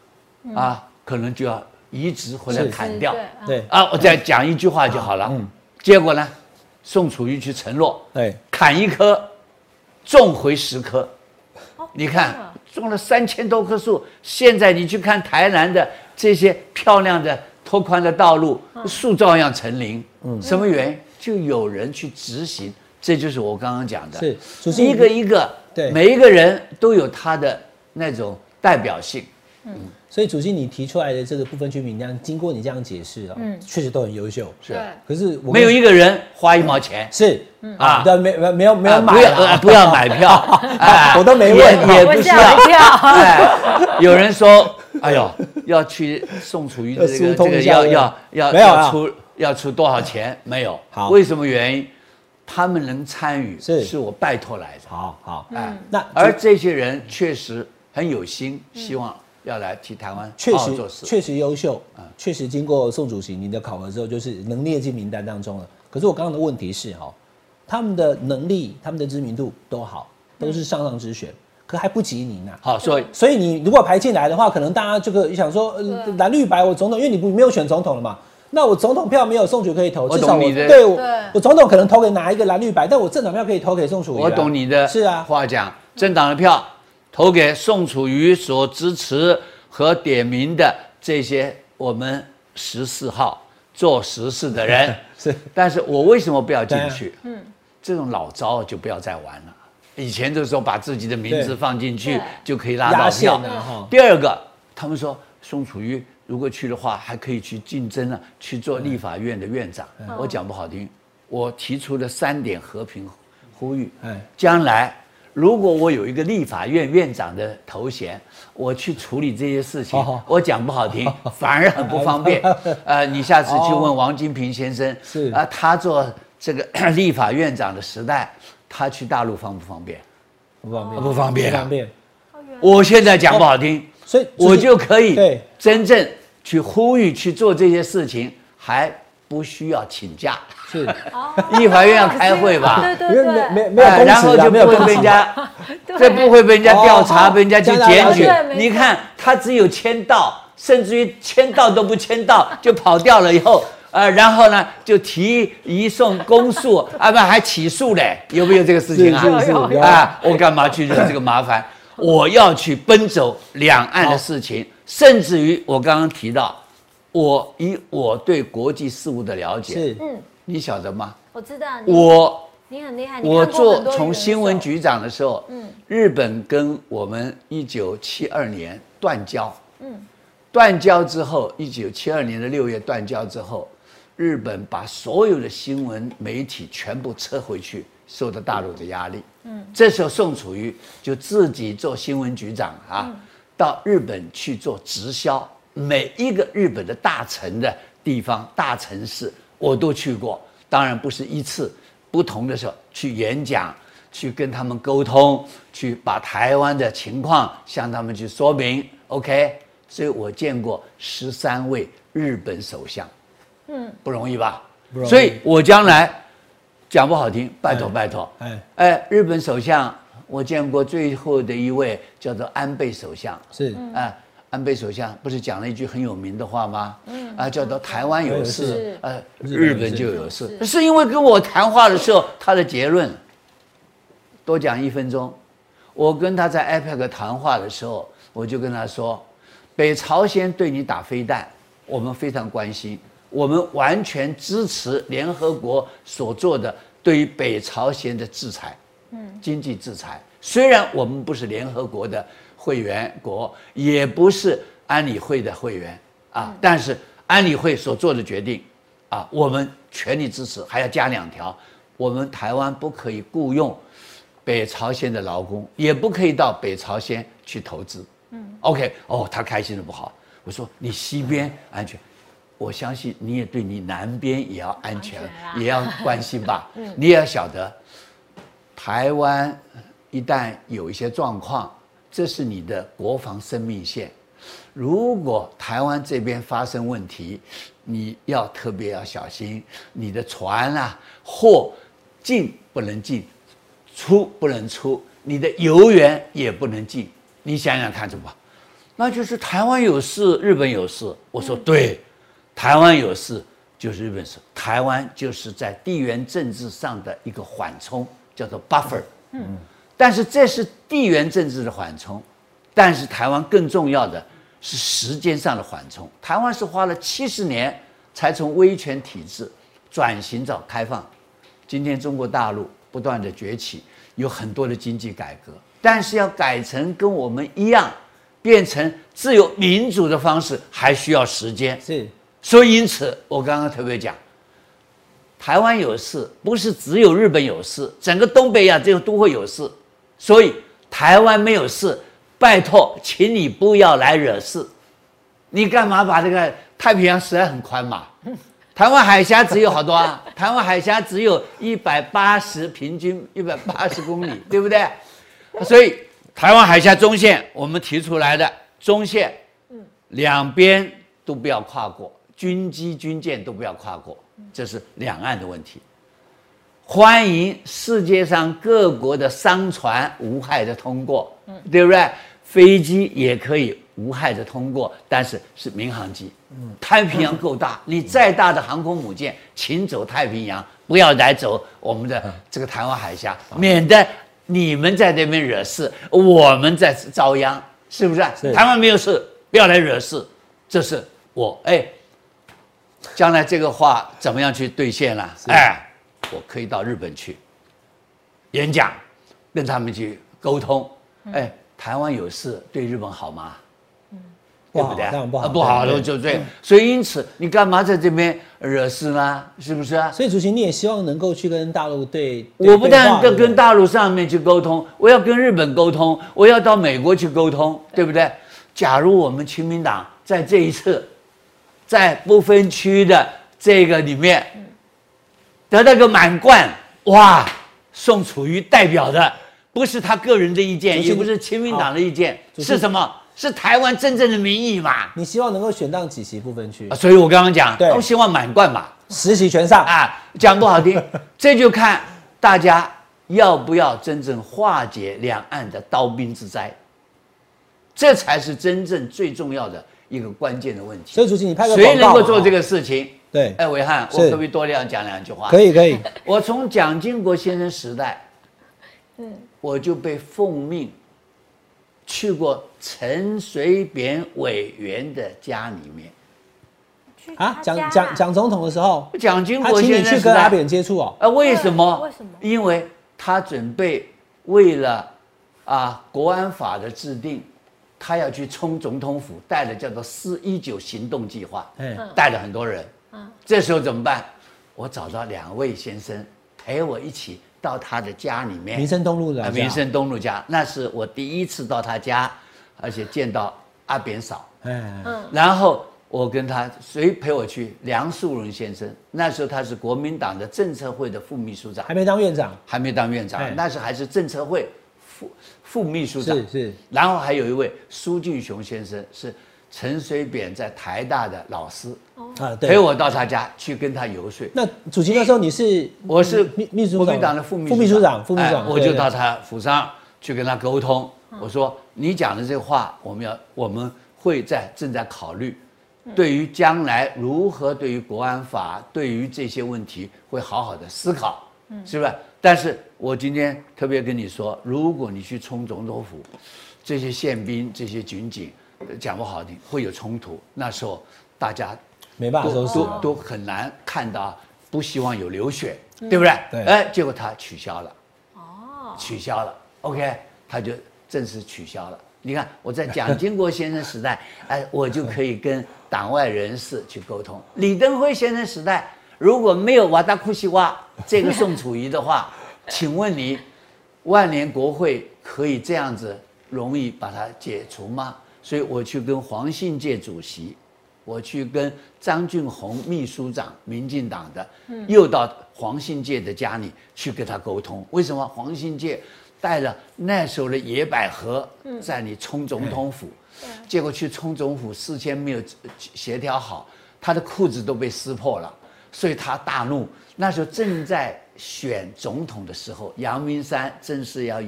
可能就要移植或者砍掉。 对我再讲一句话就好了。结果呢，宋楚瑜去承诺，砍一棵，种回10棵。你看，种了3000多棵树。现在你去看台南的这些漂亮的拓宽的道路，树照样成林。什么原因？就有人去执行。这就是我刚刚讲的，是一个一个，每一个人都有他的那种代表性。 所以主席你提出来的这个不分区名单，经过你这样解释确实都很优秀。 是， 可是没有一个人花1毛钱。 是对，没有买， 不要买票， 我都没问， 也不需要。有人说，哎呦，要去宋楚瑜这个要出多少钱？没有。为什么原因？他们能参与，是我拜托来的。 好， 而这些人确实很有心，希望要来替台湾好好做事， 确实优秀，确实经过宋主席您的考核之后，就是能列进名单当中了。可是我刚刚的问题是他们的能力、他们的知名度都好，都是上之选，可还不及您啊。 好，所以你如果排进来的话，可能大家这个想说蓝绿白我总统，因为你没有选总统了嘛。那我总统票没有宋楚瑜可以投，至少我总统可能投给哪一个蓝绿白，但我政党票可以投给宋楚瑜。 我懂你的话讲，政党的票投给宋楚瑜所支持和点名的这些我们14号做实事的人。但是我为什么不要进去？这种老招就不要再玩了。以前的时候把自己的名字放进去就可以拉到票。第二个，他们说宋楚瑜如果去的话，还可以去竞争去做立法院的院长。我讲不好听，我提出了3点和平呼吁。将来如果我有一个立法院院长的头衔，我去处理这些事情，我讲不好听，反而很不方便。你下次去问王金平先生，他做这个立法院长的时代，他去大陆方不方便？不方便。我现在讲不好听。所以我就可以真正去呼吁去做这些事情，还不需要请假。立法院要开会吧？ 没有， 然后就不会被人家，不会被人家调查，被人家去检举。你看他只有签到，甚至于签到都不签到就跑掉了以后，然后呢就提移送公诉，还起诉嘞，有没有这个事情啊？我干嘛去惹这个麻烦？我要去奔走两岸的事情，甚至于我刚刚提到，以我对国际事务的了解，你晓得吗？ 我知道，你很厉害。 我从新闻局长的时候，日本跟我们1972年断交，断交之后，1972年的6月断交之后，日本把所有的新闻媒体全部撤回去，受到大陆的压力。这时候宋楚瑜就自己做新闻局长到日本去做直销，每一个日本的大城的地方、大城市我都去过，当然不是一次，不同的时候去演讲，去跟他们沟通，去把台湾的情况向他们去说明。OK， 所以我见过13位日本首相，不容易吧？不容易。所以我将来。讲不好听，拜托，日本首相我见过最后的一位叫做安倍首相，安倍首相不是讲了一句很有名的话吗？叫做台湾有事，日本就有事，是因为跟我谈话的时候，他的结论多讲1分钟。我跟他在 APEC 谈话的时候，我就跟他说，北朝鲜对你打飞弹，我们非常关心。我们完全支持联合国所做的对于北朝鲜的制裁，经济制裁。虽然我们不是联合国的会员国，也不是安理会的会员但是安理会所做的决定我们全力支持，还要加2条：我们台湾不可以雇佣北朝鲜的劳工，也不可以到北朝鲜去投资。OK， 他开心的不好。我说你西边安全。我相信你也对你南边也要安全，也要关心吧。你也要晓得，台湾一旦有一些状况，这是你的国防生命线。如果台湾这边发生问题，你要特别要小心，你的船货进不能进，出不能出，你的油源也不能进。你想想看， 那就是台湾有事，日本有事。我说对，台湾有事就是日本事，台湾就是在地缘政治上的一个缓冲，叫做 buffer。但是这是地缘政治的缓冲，但是台湾更重要的是时间上的缓冲。台湾是花了70年才从威权体制转型到开放。今天中国大陆不断的崛起，有很多的经济改革，但是要改成跟我们一样，变成自由民主的方式，还需要时间。 是， 所以因此我刚刚特别讲，台湾有事，不是只有日本有事，整个东北亚都会有事。所以台湾没有事，拜托，请你不要来惹事。你干嘛把这个太平洋实在很宽嘛？台湾海峡只有好多啊，台湾海峡只有180平均180公里，对不对？所以台湾海峡中线我们提出来的中线，两边都不要跨过，军机军舰都不要跨过，这是两岸的问题。欢迎世界上各国的商船无害的通过，对不对？飞机也可以无害的通过，但是是民航机。太平洋够大，你再大的航空母舰，请走太平洋，不要来走我们的这个台湾海峡，免得你们在这边惹事，我们在遭殃，是不是？台湾没有事，不要来惹事，这是我将来这个话怎么样去兑现了？我可以到日本去演讲，跟他们去沟通。台湾有事对日本好吗？对不对？不好的就对。所以因此，你干嘛在这边惹事呢？是不是啊？ 所以主席，你也希望能够去跟大陆我不但要跟大陆上面去沟通，我要跟日本沟通，我要到美国去沟通，对不对？假如我们亲民党在这一次，在不分区的这个里面得到个满贯，哇！宋楚瑜代表的不是他个人的意见，也不是亲民党的意见，是什么？是台湾真正的民意嘛？ 你希望能够选到几席不分区？ 所以我刚刚讲，我希望满贯嘛 ，10席全上啊。讲不好听，这就看大家要不要真正化解两岸的刀兵之灾，这才是真正最重要的一个关键的问题。 所以主席，你拍个谁能够做这个事情？ 对， 伟汉，我可不可以多讲2句话？ 可以。 我从蒋经国先生时代，我就被奉命去过陈水扁委员的家里面。 啊，蒋总统的时候， 蒋经国先生他请你去跟阿扁接触哦。 为什么？因为他准备为了国安法的制定，他要去冲总统府，带的叫做419行动计划，带了很多人。这时候怎么办？我找到2位先生陪我一起到他的家里面， 民生东路的民生东路家，那是我第一次到他家，而且见到阿扁嫂。然后我跟他谁陪我去？梁树人先生，那时候他是国民党的政策会的副秘书长， 还没当院长， 那时候还是政策会副秘书长。 是。然后还有一位苏俊雄先生是陈水扁在台大的老师，陪我到他家去跟他游说。 那主席那时候我是秘书长， 国民党的副秘书长，我就到他府上去跟他沟通。我说你讲的这话，我们会正在考虑，对于将来如何对于国安法，对于这些问题会好好的思考，是不是？但是我今天特别跟你说，如果你去冲总统府，这些宪兵、这些军警。讲不好听，会有冲突。那时候大家没办法收拾， 都很难看到，不希望有流血，对不对？ 对。 结果他取消了，取消了。OK， 他就正式取消了。你看我在蒋经国先生时代，我就可以跟党外人士去沟通。李登辉先生时代，如果没有瓦达库西哇这个宋楚瑜的话，请问你，万年国会可以这样子容易把它解除吗？所以我去跟黄信介主席，我去跟张俊宏秘书长，民进党的，又到黄信介的家里去跟他沟通。为什么？黄信介带了那时候的野百合在你冲总统府，结果去冲总统府事先没有协调好，他的裤子都被撕破了，所以他大怒。那时候正在选总统的时候，阳明山正是要由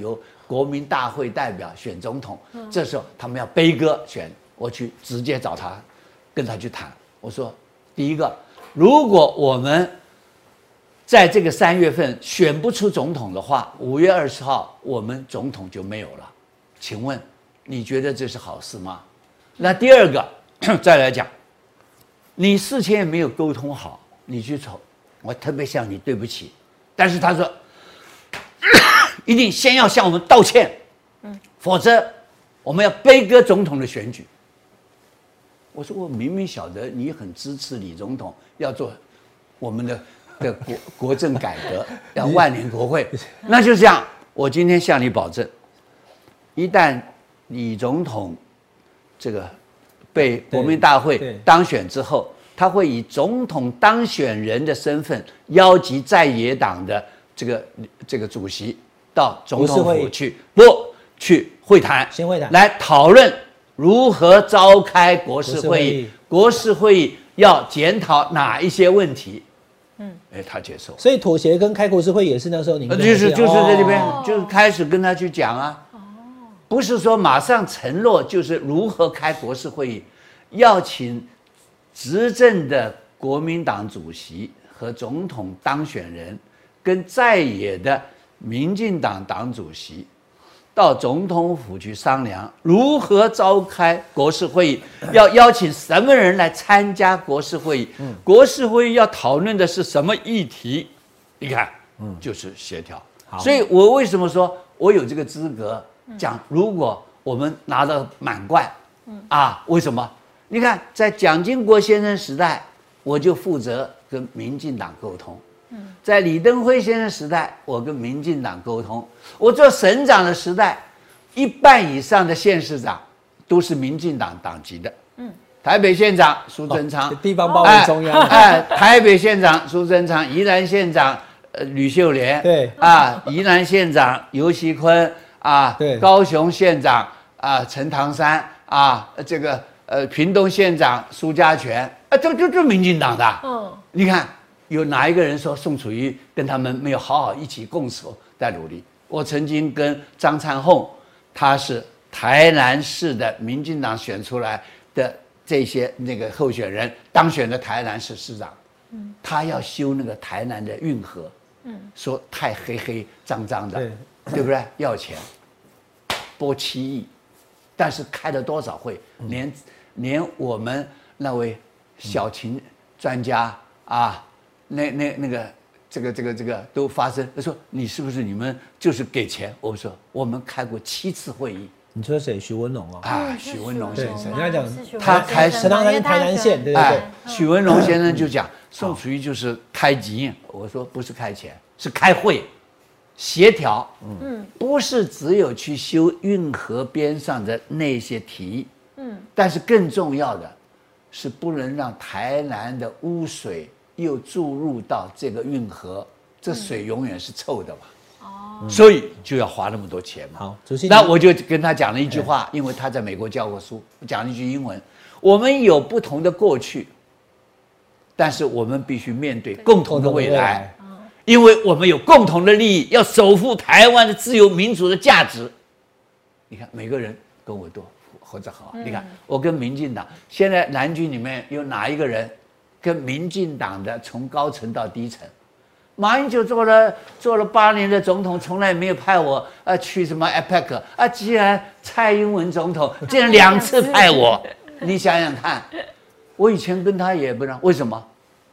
国民大会代表选总统，这时候他们要悲歌选，我去直接找他，跟他去谈。我说，第一个，如果我们在这个3月份选不出总统的话，5月20号我们总统就没有了。请问你觉得这是好事吗？那第二个，再来讲，你事前也没有沟通好，你去瞅，我特别向你对不起。但是他说，一定先要向我们道歉，否则我们要悲歌总统的选举。我说我明明晓得你很支持李总统要做我们的国政改革，要万年国会，那就这样。我今天向你保证，一旦李总统这个被国民大会当选之后，他会以总统当选人的身份邀集在野党的这个主席到总统府去会谈，先会谈来讨论如何召开国事会议，国事会议要检讨哪一些问题。他接受， 所以妥协跟开国事会也是那时候你就是在这边就是开始跟他去讲啊，不是说马上承诺就是如何开国事会议，要请执政的国民党主席和总统当选人跟在野的民进党党主席到总统府去商量如何召开国事会议，要邀请什么人来参加国事会议，国事会议要讨论的是什么议题？你看，就是协调。所以我为什么说我有这个资格讲，如果我们拿到满贯，为什么？你看，在蒋经国先生时代，我就负责跟民进党沟通。在李登辉先生时代，我跟民进党沟通。我做省长的时代，1半以上的县市长都是民进党党籍的。台北县长苏贞昌， 地方包围中央。 台北县长苏贞昌，宜兰县长吕秀莲，对宜兰县长游锡堃对，高雄县长陈唐山这个屏东县长苏家全就民进党的。你看。有哪一个人说宋楚瑜跟他们没有好好一起共手在努力？我曾经跟张灿宏，他是台南市的民进党选出来的这些那个候选人当选的台南市市长，他要修那个台南的运河，说太黑脏脏的，对不对？要钱，拨7亿，但是开了多少会，连我们那位小秦专家那个这个都发生。他说你是不是你们就是给钱？我说我们开过7次会议。你说谁？许文龙许文龙先生，人家讲他开始台南县，对不对？许文龙先生就讲宋楚瑜就是开集，我说不是开钱，是开会协调。不是只有去修运河边上的那些堤，但是更重要的是不能让台南的污水又注入到这个运河，这水永远是臭的嘛。所以就要花那么多钱嘛。好，主席，那我就跟他讲了一句话，因为他在美国教过书，我讲了一句英文：我们有不同的过去，但是我们必须面对共同的未来，因为我们有共同的利益，要守护台湾的自由民主的价值。你看，每个人跟我都合作好。你看，我跟民进党，现在蓝军里面有哪一个人跟民进党的从高层到低层？马英九做了8年的总统，从来没有派我去什么 APEC 既然蔡英文总统竟然2次派我，你想想看，我以前跟他也不让，为什么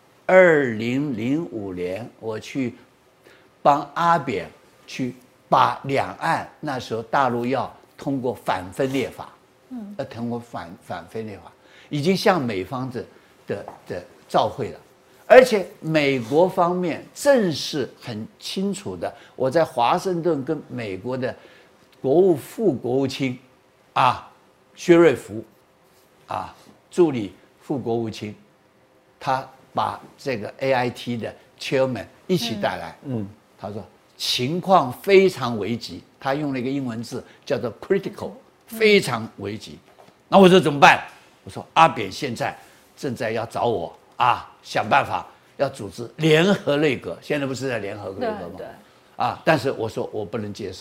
？2005年我去帮阿扁去把两岸那时候大陆要通过反分裂法，通过反分裂法，已经向美方的照会了。而且美国方面正是很清楚的，我在华盛顿跟美国的副国务卿薛瑞福助理副国务卿，他把这个 AIT 的 chairman 一起带来，他说情况非常危急，他用了一个英文字叫做 critical， 非常危急。那我说怎么办？我说阿扁现在正在要找我想办法要组织联合内阁，现在不是在联合内阁吗？但是我说我不能接受。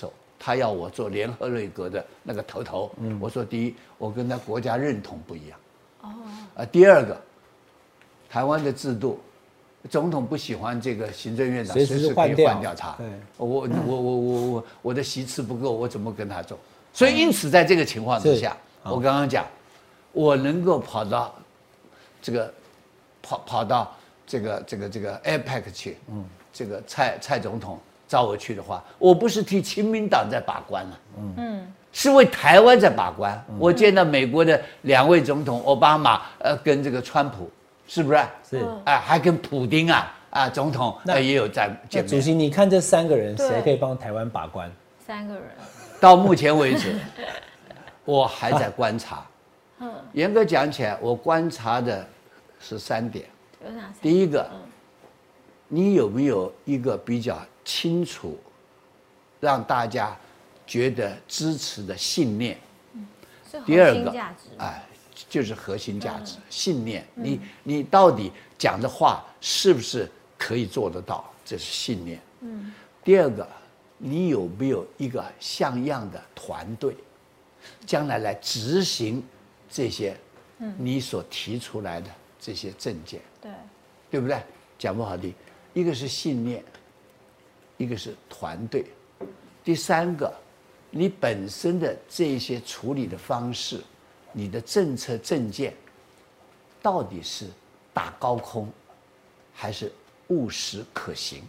他要我做联合内阁的那个头，我说第一，我跟他国家认同不一样，第二个，台湾的制度，总统不喜欢这个行政院长，随时可以换掉他。我的席次不够，我怎么跟他走？所以因此在这个情况之下，我刚刚讲，我能够跑到这个跑到这个 APEC 去，这个蔡总统找我去的话，我不是替亲民党在把关了，是为台湾在把关。我见到美国的2位总统，奥巴马跟这个川普，是不是？ 是， 还跟普丁总统也有在见面。 主席，你看这3个人，谁可以帮台湾把关 ？3个人。 到目前为止，我还在观察。严格讲起来，我观察的是3点。 有哪3？ 第一个，你有没有一个比较清楚，让大家觉得支持的信念？第二个，就是核心价值、信念。你到底讲的话是不是可以做得到？这是信念。第二个，你有没有一个像样的团队，将来来执行这些你所提出来的这些政见？对不对？讲不好听，一个是信念，一个是团队，第3个，你本身的这些处理的方式，你的政策政见，到底是打高空，还是务实可行？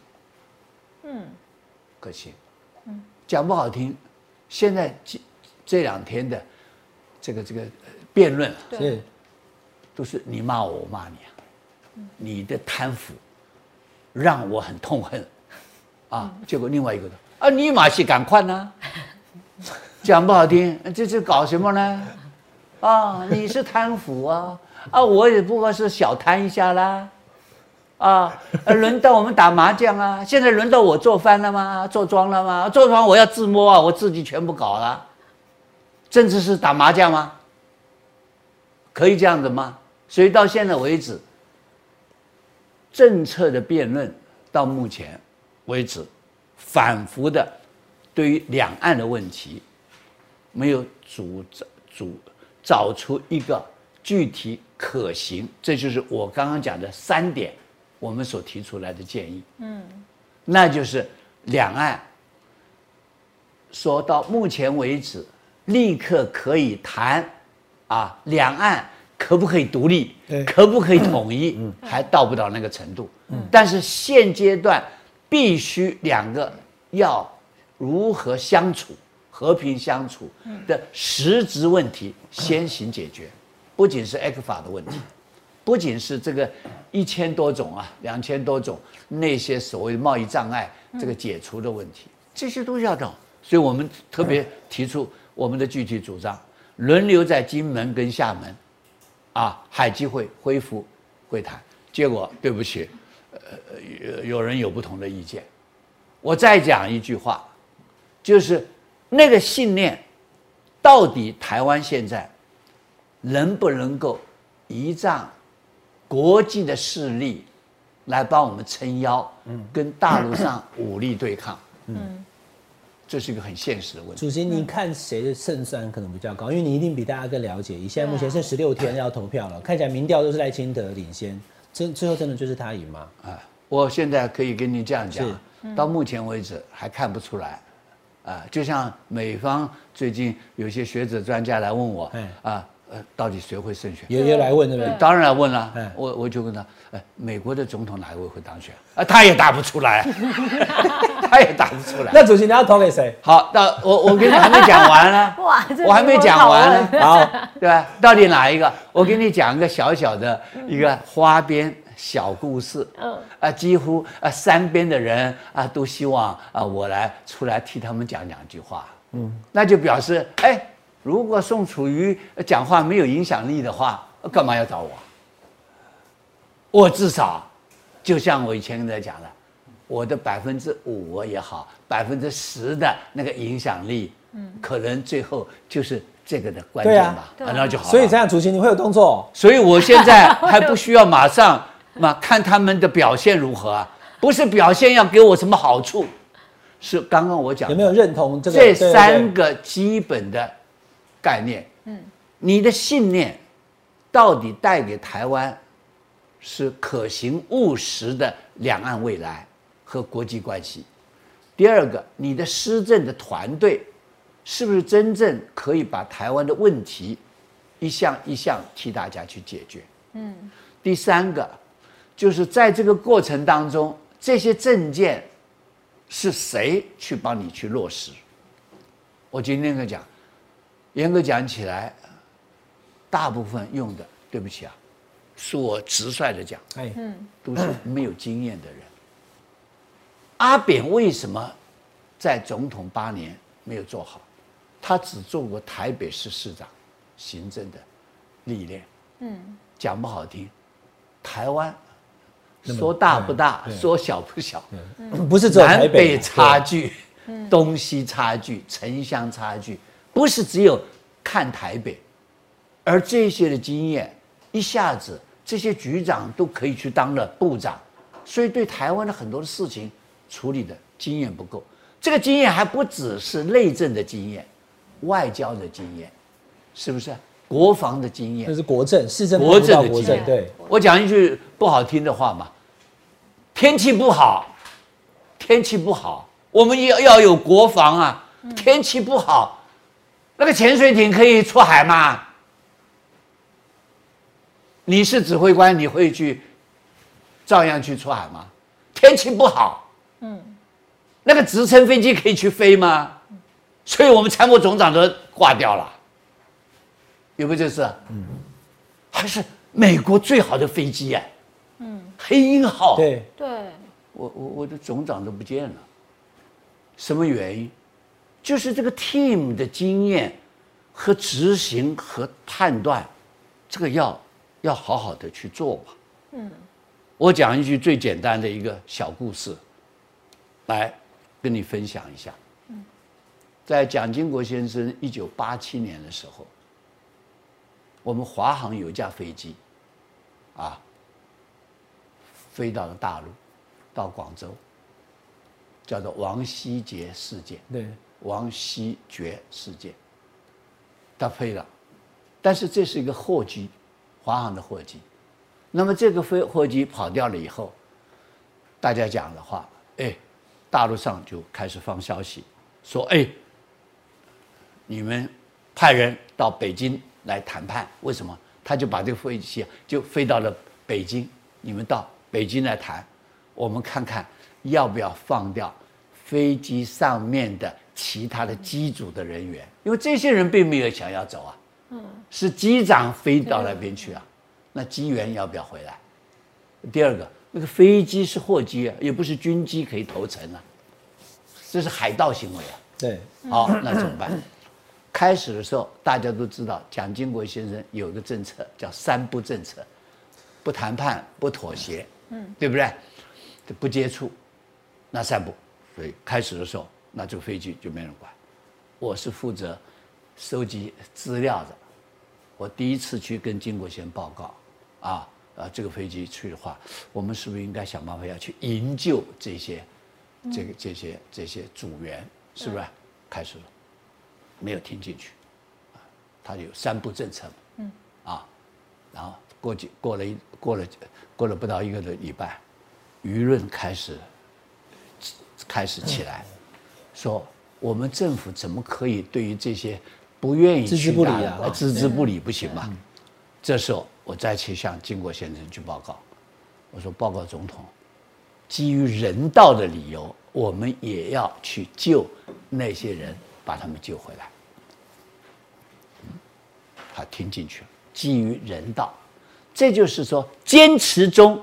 可行。讲不好听，现在这2天的这个辩论，都是你骂我，我骂你你的贪腐让我很痛恨结果另外一个你马戏赶快呢？讲不好听，这搞什么呢？你是贪腐我也不过是小贪一下啦。轮到我们打麻将现在轮到我做饭了吗？做庄了吗？做庄我要自摸我自己全部搞了。政治是打麻将吗？可以这样子吗？所以到现在为止，政策的辩论到目前为止，反复的对于两岸的问题，没有找出一个具体可行，这就是我刚刚讲的3点，我们所提出来的建议。那就是两岸说到目前为止，立刻可以谈两岸可不可以独立，可不可以统一，还到不到那个程度。但是现阶段必须两个要如何相处、和平相处的实质问题先行解决，不仅是 ECFA 的问题，不仅是这个1000多种2000多种那些所谓贸易障碍这个解除的问题，这些都要弄。所以我们特别提出我们的具体主张，轮流在金门跟厦门海基会恢复会谈。结果对不起，有人有不同的意见。我再讲一句话，就是那个信念，到底台湾现在能不能够依仗国际的势力来帮我们撑腰，跟大陆上武力对抗？这是一个很现实的问题。 主席，你看谁的胜算可能比较高？因为你一定比大家更了解。以现在目前剩16天要投票了，看起来民调都是赖清德领先，最后真的就是他赢吗？ 我现在可以跟你这样讲，到目前为止还看不出来。就像美方最近有些学者专家来问我，到底谁会胜选？ 也来问对不对？ 当然来问了。我就问他，美国的总统哪一位会当选？他也答不出来，他也答不出来。 那主席你要投给谁？ 好，我跟你还没讲完呢。哇，我还没讲完呢。好，对吧？到底哪一个？我给你讲一个小小的一个花边小故事。几乎3边的人都希望我出来替他们讲2句话。那就表示如果宋楚瑜讲话没有影响力的话，干嘛要找我？我至少就像我以前跟大家讲的，我的5%也好，10%的那个影响力，可能最后就是这个的关键吧。那就好了。 所以这样，主席你会有动作？ 所以我现在还不需要马上看他们的表现如何不是表现要给我什么好处， 是刚刚我讲的有没有认同这个这3个基本的概念？你的信念到底带给台湾是可行务实的两岸未来和国际关系？第二个，你的施政的团队是不是真正可以把台湾的问题一项一项替大家去解决？第三个，就是在这个过程当中，这些政见是谁去帮你去落实？我今天跟讲，严格讲起来，大部分用的，对不起啊，是我直率的讲，都是没有经验的人。阿扁为什么在总统8年没有做好？他只做过台北市市长行政的历练。讲不好听，台湾说大不大，说小不小， 不是只有台北， 南北差距、东西差距、城乡差距，不是只有看台北，而这些的经验，一下子这些局长都可以去当了部长，所以对台湾的很多的事情处理的经验不够。这个经验还不只是内政的经验，外交的经验，是不是？国防的经验， 这是国政，市政国政的经验。 对， 我讲一句不好听的话嘛，天气不好，我们要有国防啊。天气不好，那个潜水艇可以出海吗？你是指挥官，你会去照样去出海吗？天气不好，那个直升飞机可以去飞吗？所以我们参谋总长都挂掉了。有没有这事？还是美国最好的飞机哎，黑鹰号。 对， 我的总长都不见了，什么原因？就是这个 team 的经验和执行和判断，这个要好好的去做吧。我讲一句最简单的一个小故事，来跟你分享一下。在蒋经国先生1987年的时候。我们华航有一架飞机，飞到了大陆，到广州，叫做王希杰事件。 对， 王希爵事件，它飞了，但是这是一个货机，华航的货机。那么这个货机跑掉了以后，大家讲的话，大陆上就开始放消息，说，你们派人到北京来谈判，为什么？他就把这个飞机就飞到了北京，你们到北京来谈，我们看看要不要放掉飞机上面的其他的机组的人员，因为这些人并没有想要走啊，是机长飞到那边去啊，那机员要不要回来？第二个，那个飞机是货机啊，也不是军机可以投诚啊，这是海盗行为啊。 对， 好，那怎么办？开始的时候，大家都知道，蒋经国先生有一个政策叫3不政策，不谈判，不妥协，对不对？不接触，那3不。所以开始的时候，那这个飞机就没人管。我是负责收集资料的，我第一次去跟经国先生报告，这个飞机去的话，我们是不是应该想办法要去营救这些组员，是不是？开始了。没有听进去，他有3不政策嘛，然后过了不到1个礼拜，舆论开始起来，说我们政府怎么可以对于这些不愿意去的置之不理不行吧？这时候我再去向经国先生去报告，我说报告总统，基于人道的理由，我们也要去救那些人，把他们救回来。他听进去了，基于人道，这就是说坚持中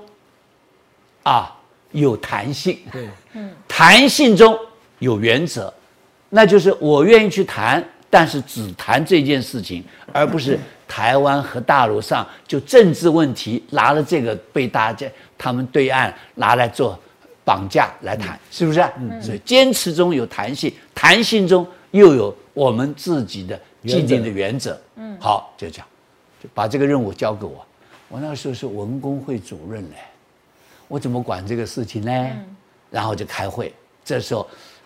有弹性， 对， 弹性中有原则，那就是我愿意去谈，但是只谈这件事情，而不是台湾和大陆上就政治问题拿了这个被大家他们对岸拿来做绑架来谈，是不是？所以坚持中有弹性，弹性中又有我们自己的既定的原则。好，就讲，就把这个任务交给我。我那时候是文工会主任嘞，我怎么管这个事情呢？然后就开会。这时候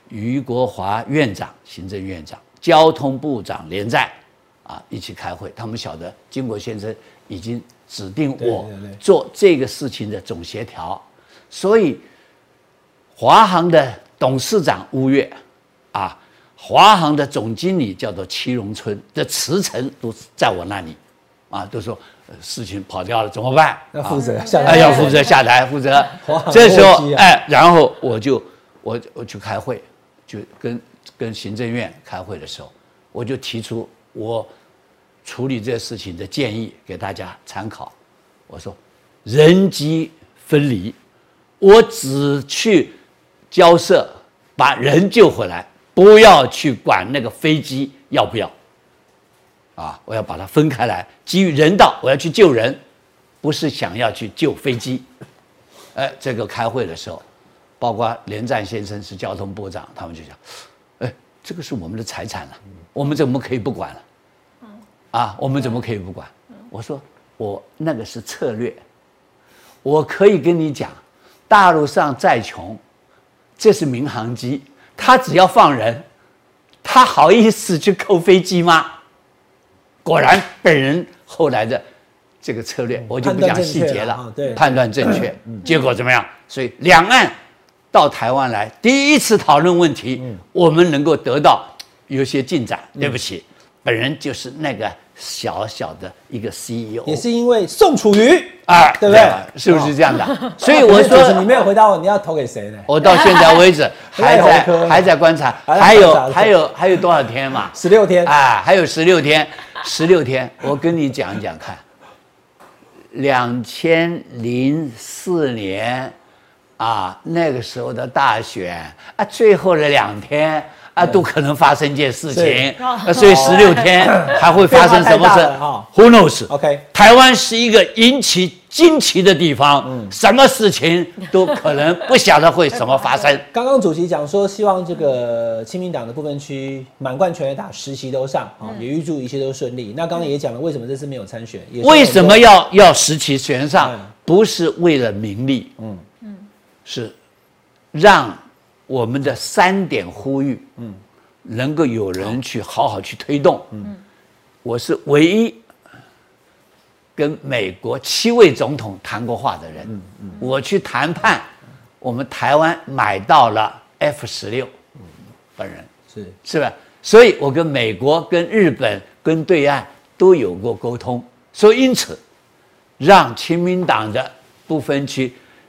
于国华院长、行政院长、交通部长连战一起开会。他们晓得经国先生已经指定我做这个事情的总协调，所以华航的董事长吴越华航的总经理叫做戚荣春的辞呈都在我那里都说事情跑掉了怎么办？ 要负责下台， 要负责下台负责。这时候然后我去开会，就跟行政院开会的时候，我就提出我处理这事情的建议给大家参考。我说人机分离，我只去交涉把人救回来，不要去管那个飞机要不要我要把它分开来，基于人道我要去救人，不是想要去救飞机。这个开会的时候，包括连战先生是交通部长，他们就讲这个是我们的财产了，我们怎么可以不管了我们怎么可以不管？我说我那个是策略，我可以跟你讲，大陆上再穷，这是民航机，他只要放人，他好意思去扣飞机吗？果然本人后来的这个策略我就不讲细节了，判断正确，结果怎么样？所以两岸到台湾来第一次讨论问题，我们能够得到有些进展。对不起，本人就是那个小小的一个 CEO， 也是因为宋楚瑜对不对？ 是不是这样的？所以我说你没有回答我，你要投给谁呢？ 我到现在为止还在观察，还有多少天嘛 ？16天还有16天，16天，我跟你讲讲看。2004年那个时候的大选最后的2天都可能发生一件事情，所以16天还会发生什么事 ？Who knows？ OK， 台湾是一个引起惊奇的地方，什么事情都可能不晓得会什么发生。 刚刚主席讲说，希望这个亲民党的部分区满贯全垒打10席都上也预祝一切都顺利。那刚刚也讲了，为什么这次没有参选？ 为什么要10席全上？不是为了名利，是让我们的3点呼吁，能够有人去好好去推动。我是唯一跟美国7位总统谈过话的人。我去谈判，我们台湾买到了 F-16，本人是吧？所以我跟美国、跟日本、跟对岸都有过沟通。所以因此，让亲民党的不分区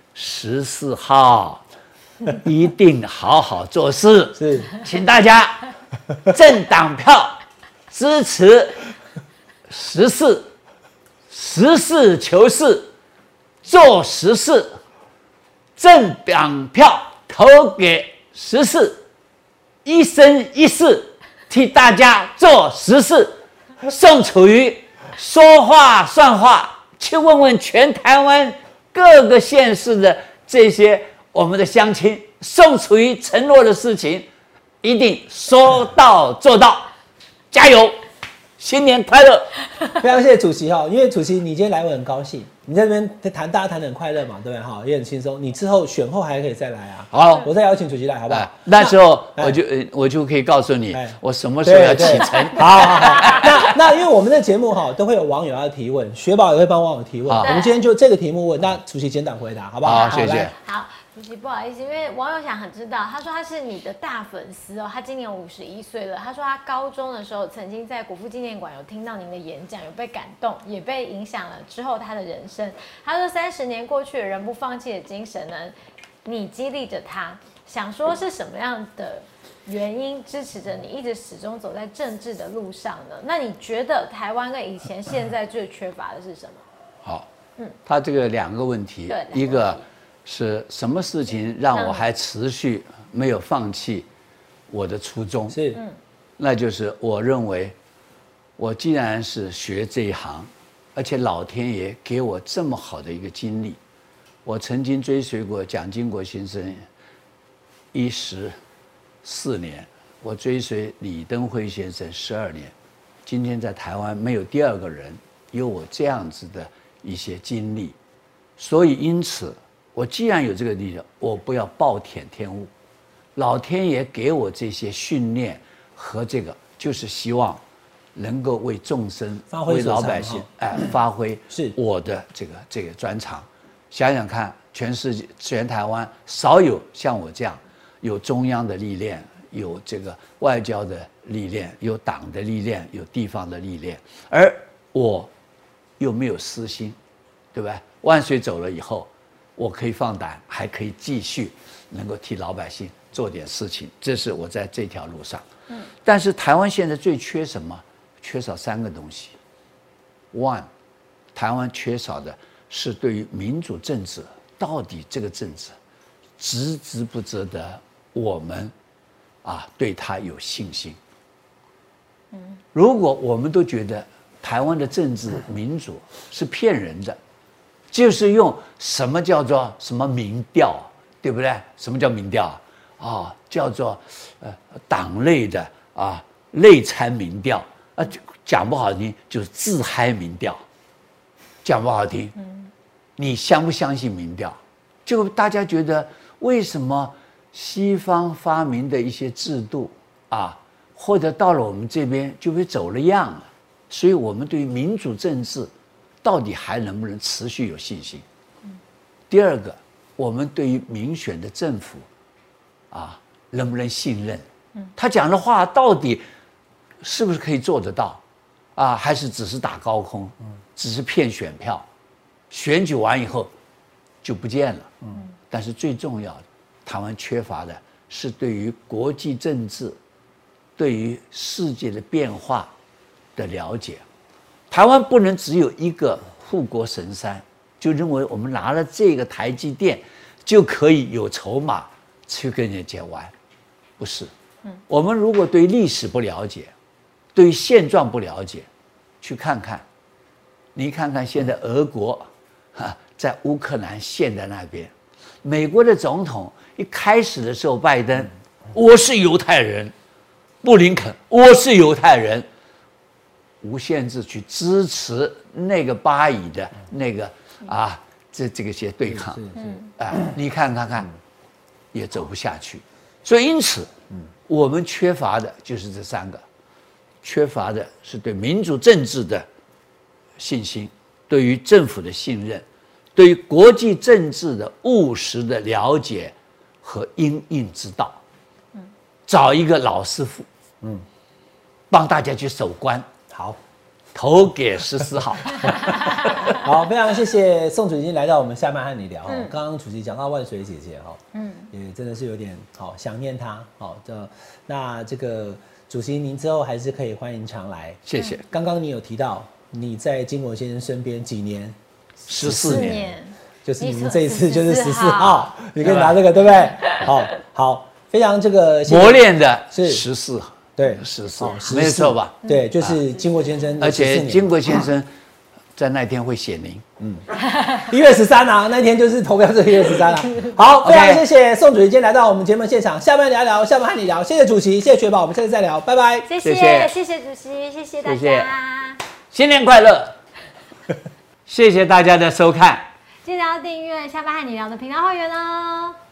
14号。一定好好做事，请大家政党票支持14，实事求是做实事，政党票投给14，一生一世替大家做实事。宋楚瑜说话算话，去问问全台湾各个县市的这些我们的乡亲，宋楚瑜承诺的事情一定说到做到，加油！新年快乐！ 非常谢谢主席因为主席你今天来我很高兴，你在那边谈大家谈得很快乐嘛，对不对也很轻松。你之后选后还可以再来好， 我再邀请主席来好不好？ 那时候我就可以告诉你我什么时候要启程。 好。那因为我们的节目都会有网友要提问，雪宝也会帮网友提问。我们今天就这个题目问，那主席简短回答好不好？ 好，谢谢。 好。主席不好意思，因为网友想很知道，他说他是你的大粉丝他今年51岁了。他说他高中的时候曾经在国父纪念馆有听到您的演讲，有被感动，也被影响了之后他的人生。他说30年过去了，人不放弃的精神呢，你激励着他。想说是什么样的原因支持着你一直始终走在政治的路上呢？那你觉得台湾跟以前现在最缺乏的是什么？ 好，他这个2个问题，一个是什么事情让我还持续没有放弃我的初衷？那就是我认为，我既然是学这一行，而且老天爷给我这么好的一个经历，我曾经追随过蒋经国先生14年，我追随李登辉先生12年，今天在台湾没有第2个人有我这样子的一些经历，所以因此。我既然有这个力量，我不要暴殄天物， 老天爷给我这些训练和这个，就是希望能够为众生、为老百姓，发挥我的这个专长。想想看，全世界、全台湾少有像我这样有中央的历练，有这个外交的历练，有党的历练，有地方的历练，而我又没有私心，对不对？万岁走了以后，我可以放胆，还可以继续能够替老百姓做点事情，这是我在这条路上。但是台湾现在最缺什么？缺少3个东西。One， 台湾缺少的是对于民主政治，到底这个政治值不值得我们对它有信心？如果我们都觉得台湾的政治民主是骗人的，就是用什么叫做什么民调，对不对？什么叫民调叫做党内的内参民调讲不好听就是自嗨民调，讲不好听，你相不相信民调？就大家觉得为什么西方发明的一些制度或者到了我们这边就会走了样了？所以我们对于民主政治到底还能不能持续有信心？第二个，我们对于民选的政府能不能信任？他讲的话到底是不是可以做得到还是只是打高空，只是骗选票，选举完以后就不见了。但是最重要的，台湾缺乏的是对于国际政治、对于世界的变化的了解。台湾不能只有一个护国神山，就认为我们拿了这个台积电就可以有筹码去跟人家玩，不是。我们如果对历史不了解，对现状不了解，去看看，你看看现在俄国在乌克兰陷在那边，美国的总统一开始的时候，拜登我是犹太人，布林肯我是犹太人，无限制去支持那个巴以的那个这个些对抗，你看看也走不下去。所以因此我们缺乏的就是这3个，缺乏的是对民主政治的信心，对于政府的信任，对于国际政治的务实的了解和因应之道。找一个老师傅帮大家去守关， 好， 投给14号。 好，非常谢谢宋主席来到我们下班和你聊。刚刚主席讲到万水姐姐也真的是有点想念她。那这个主席您之后还是可以欢迎常来。 谢谢。 刚刚你有提到你在金国先生身边几年 ？14年。 就是你们这一次就是14号，你可以拿这个对不对？好，非常这个磨练的是14号。 对 ，14，没错吧？ 对，就是金国先生， 而且金国先生在那天会写您。 1月13那天就是投票是1月13好，非常谢谢宋主席今天来到我们节目现场，下班聊聊，下班和你聊，谢谢主席，谢谢雪宝，我们下次再聊，拜拜。 谢谢主席，谢谢大家， 新年快乐！谢谢大家的收看， 记得要订阅下班和你聊的频道会员哦。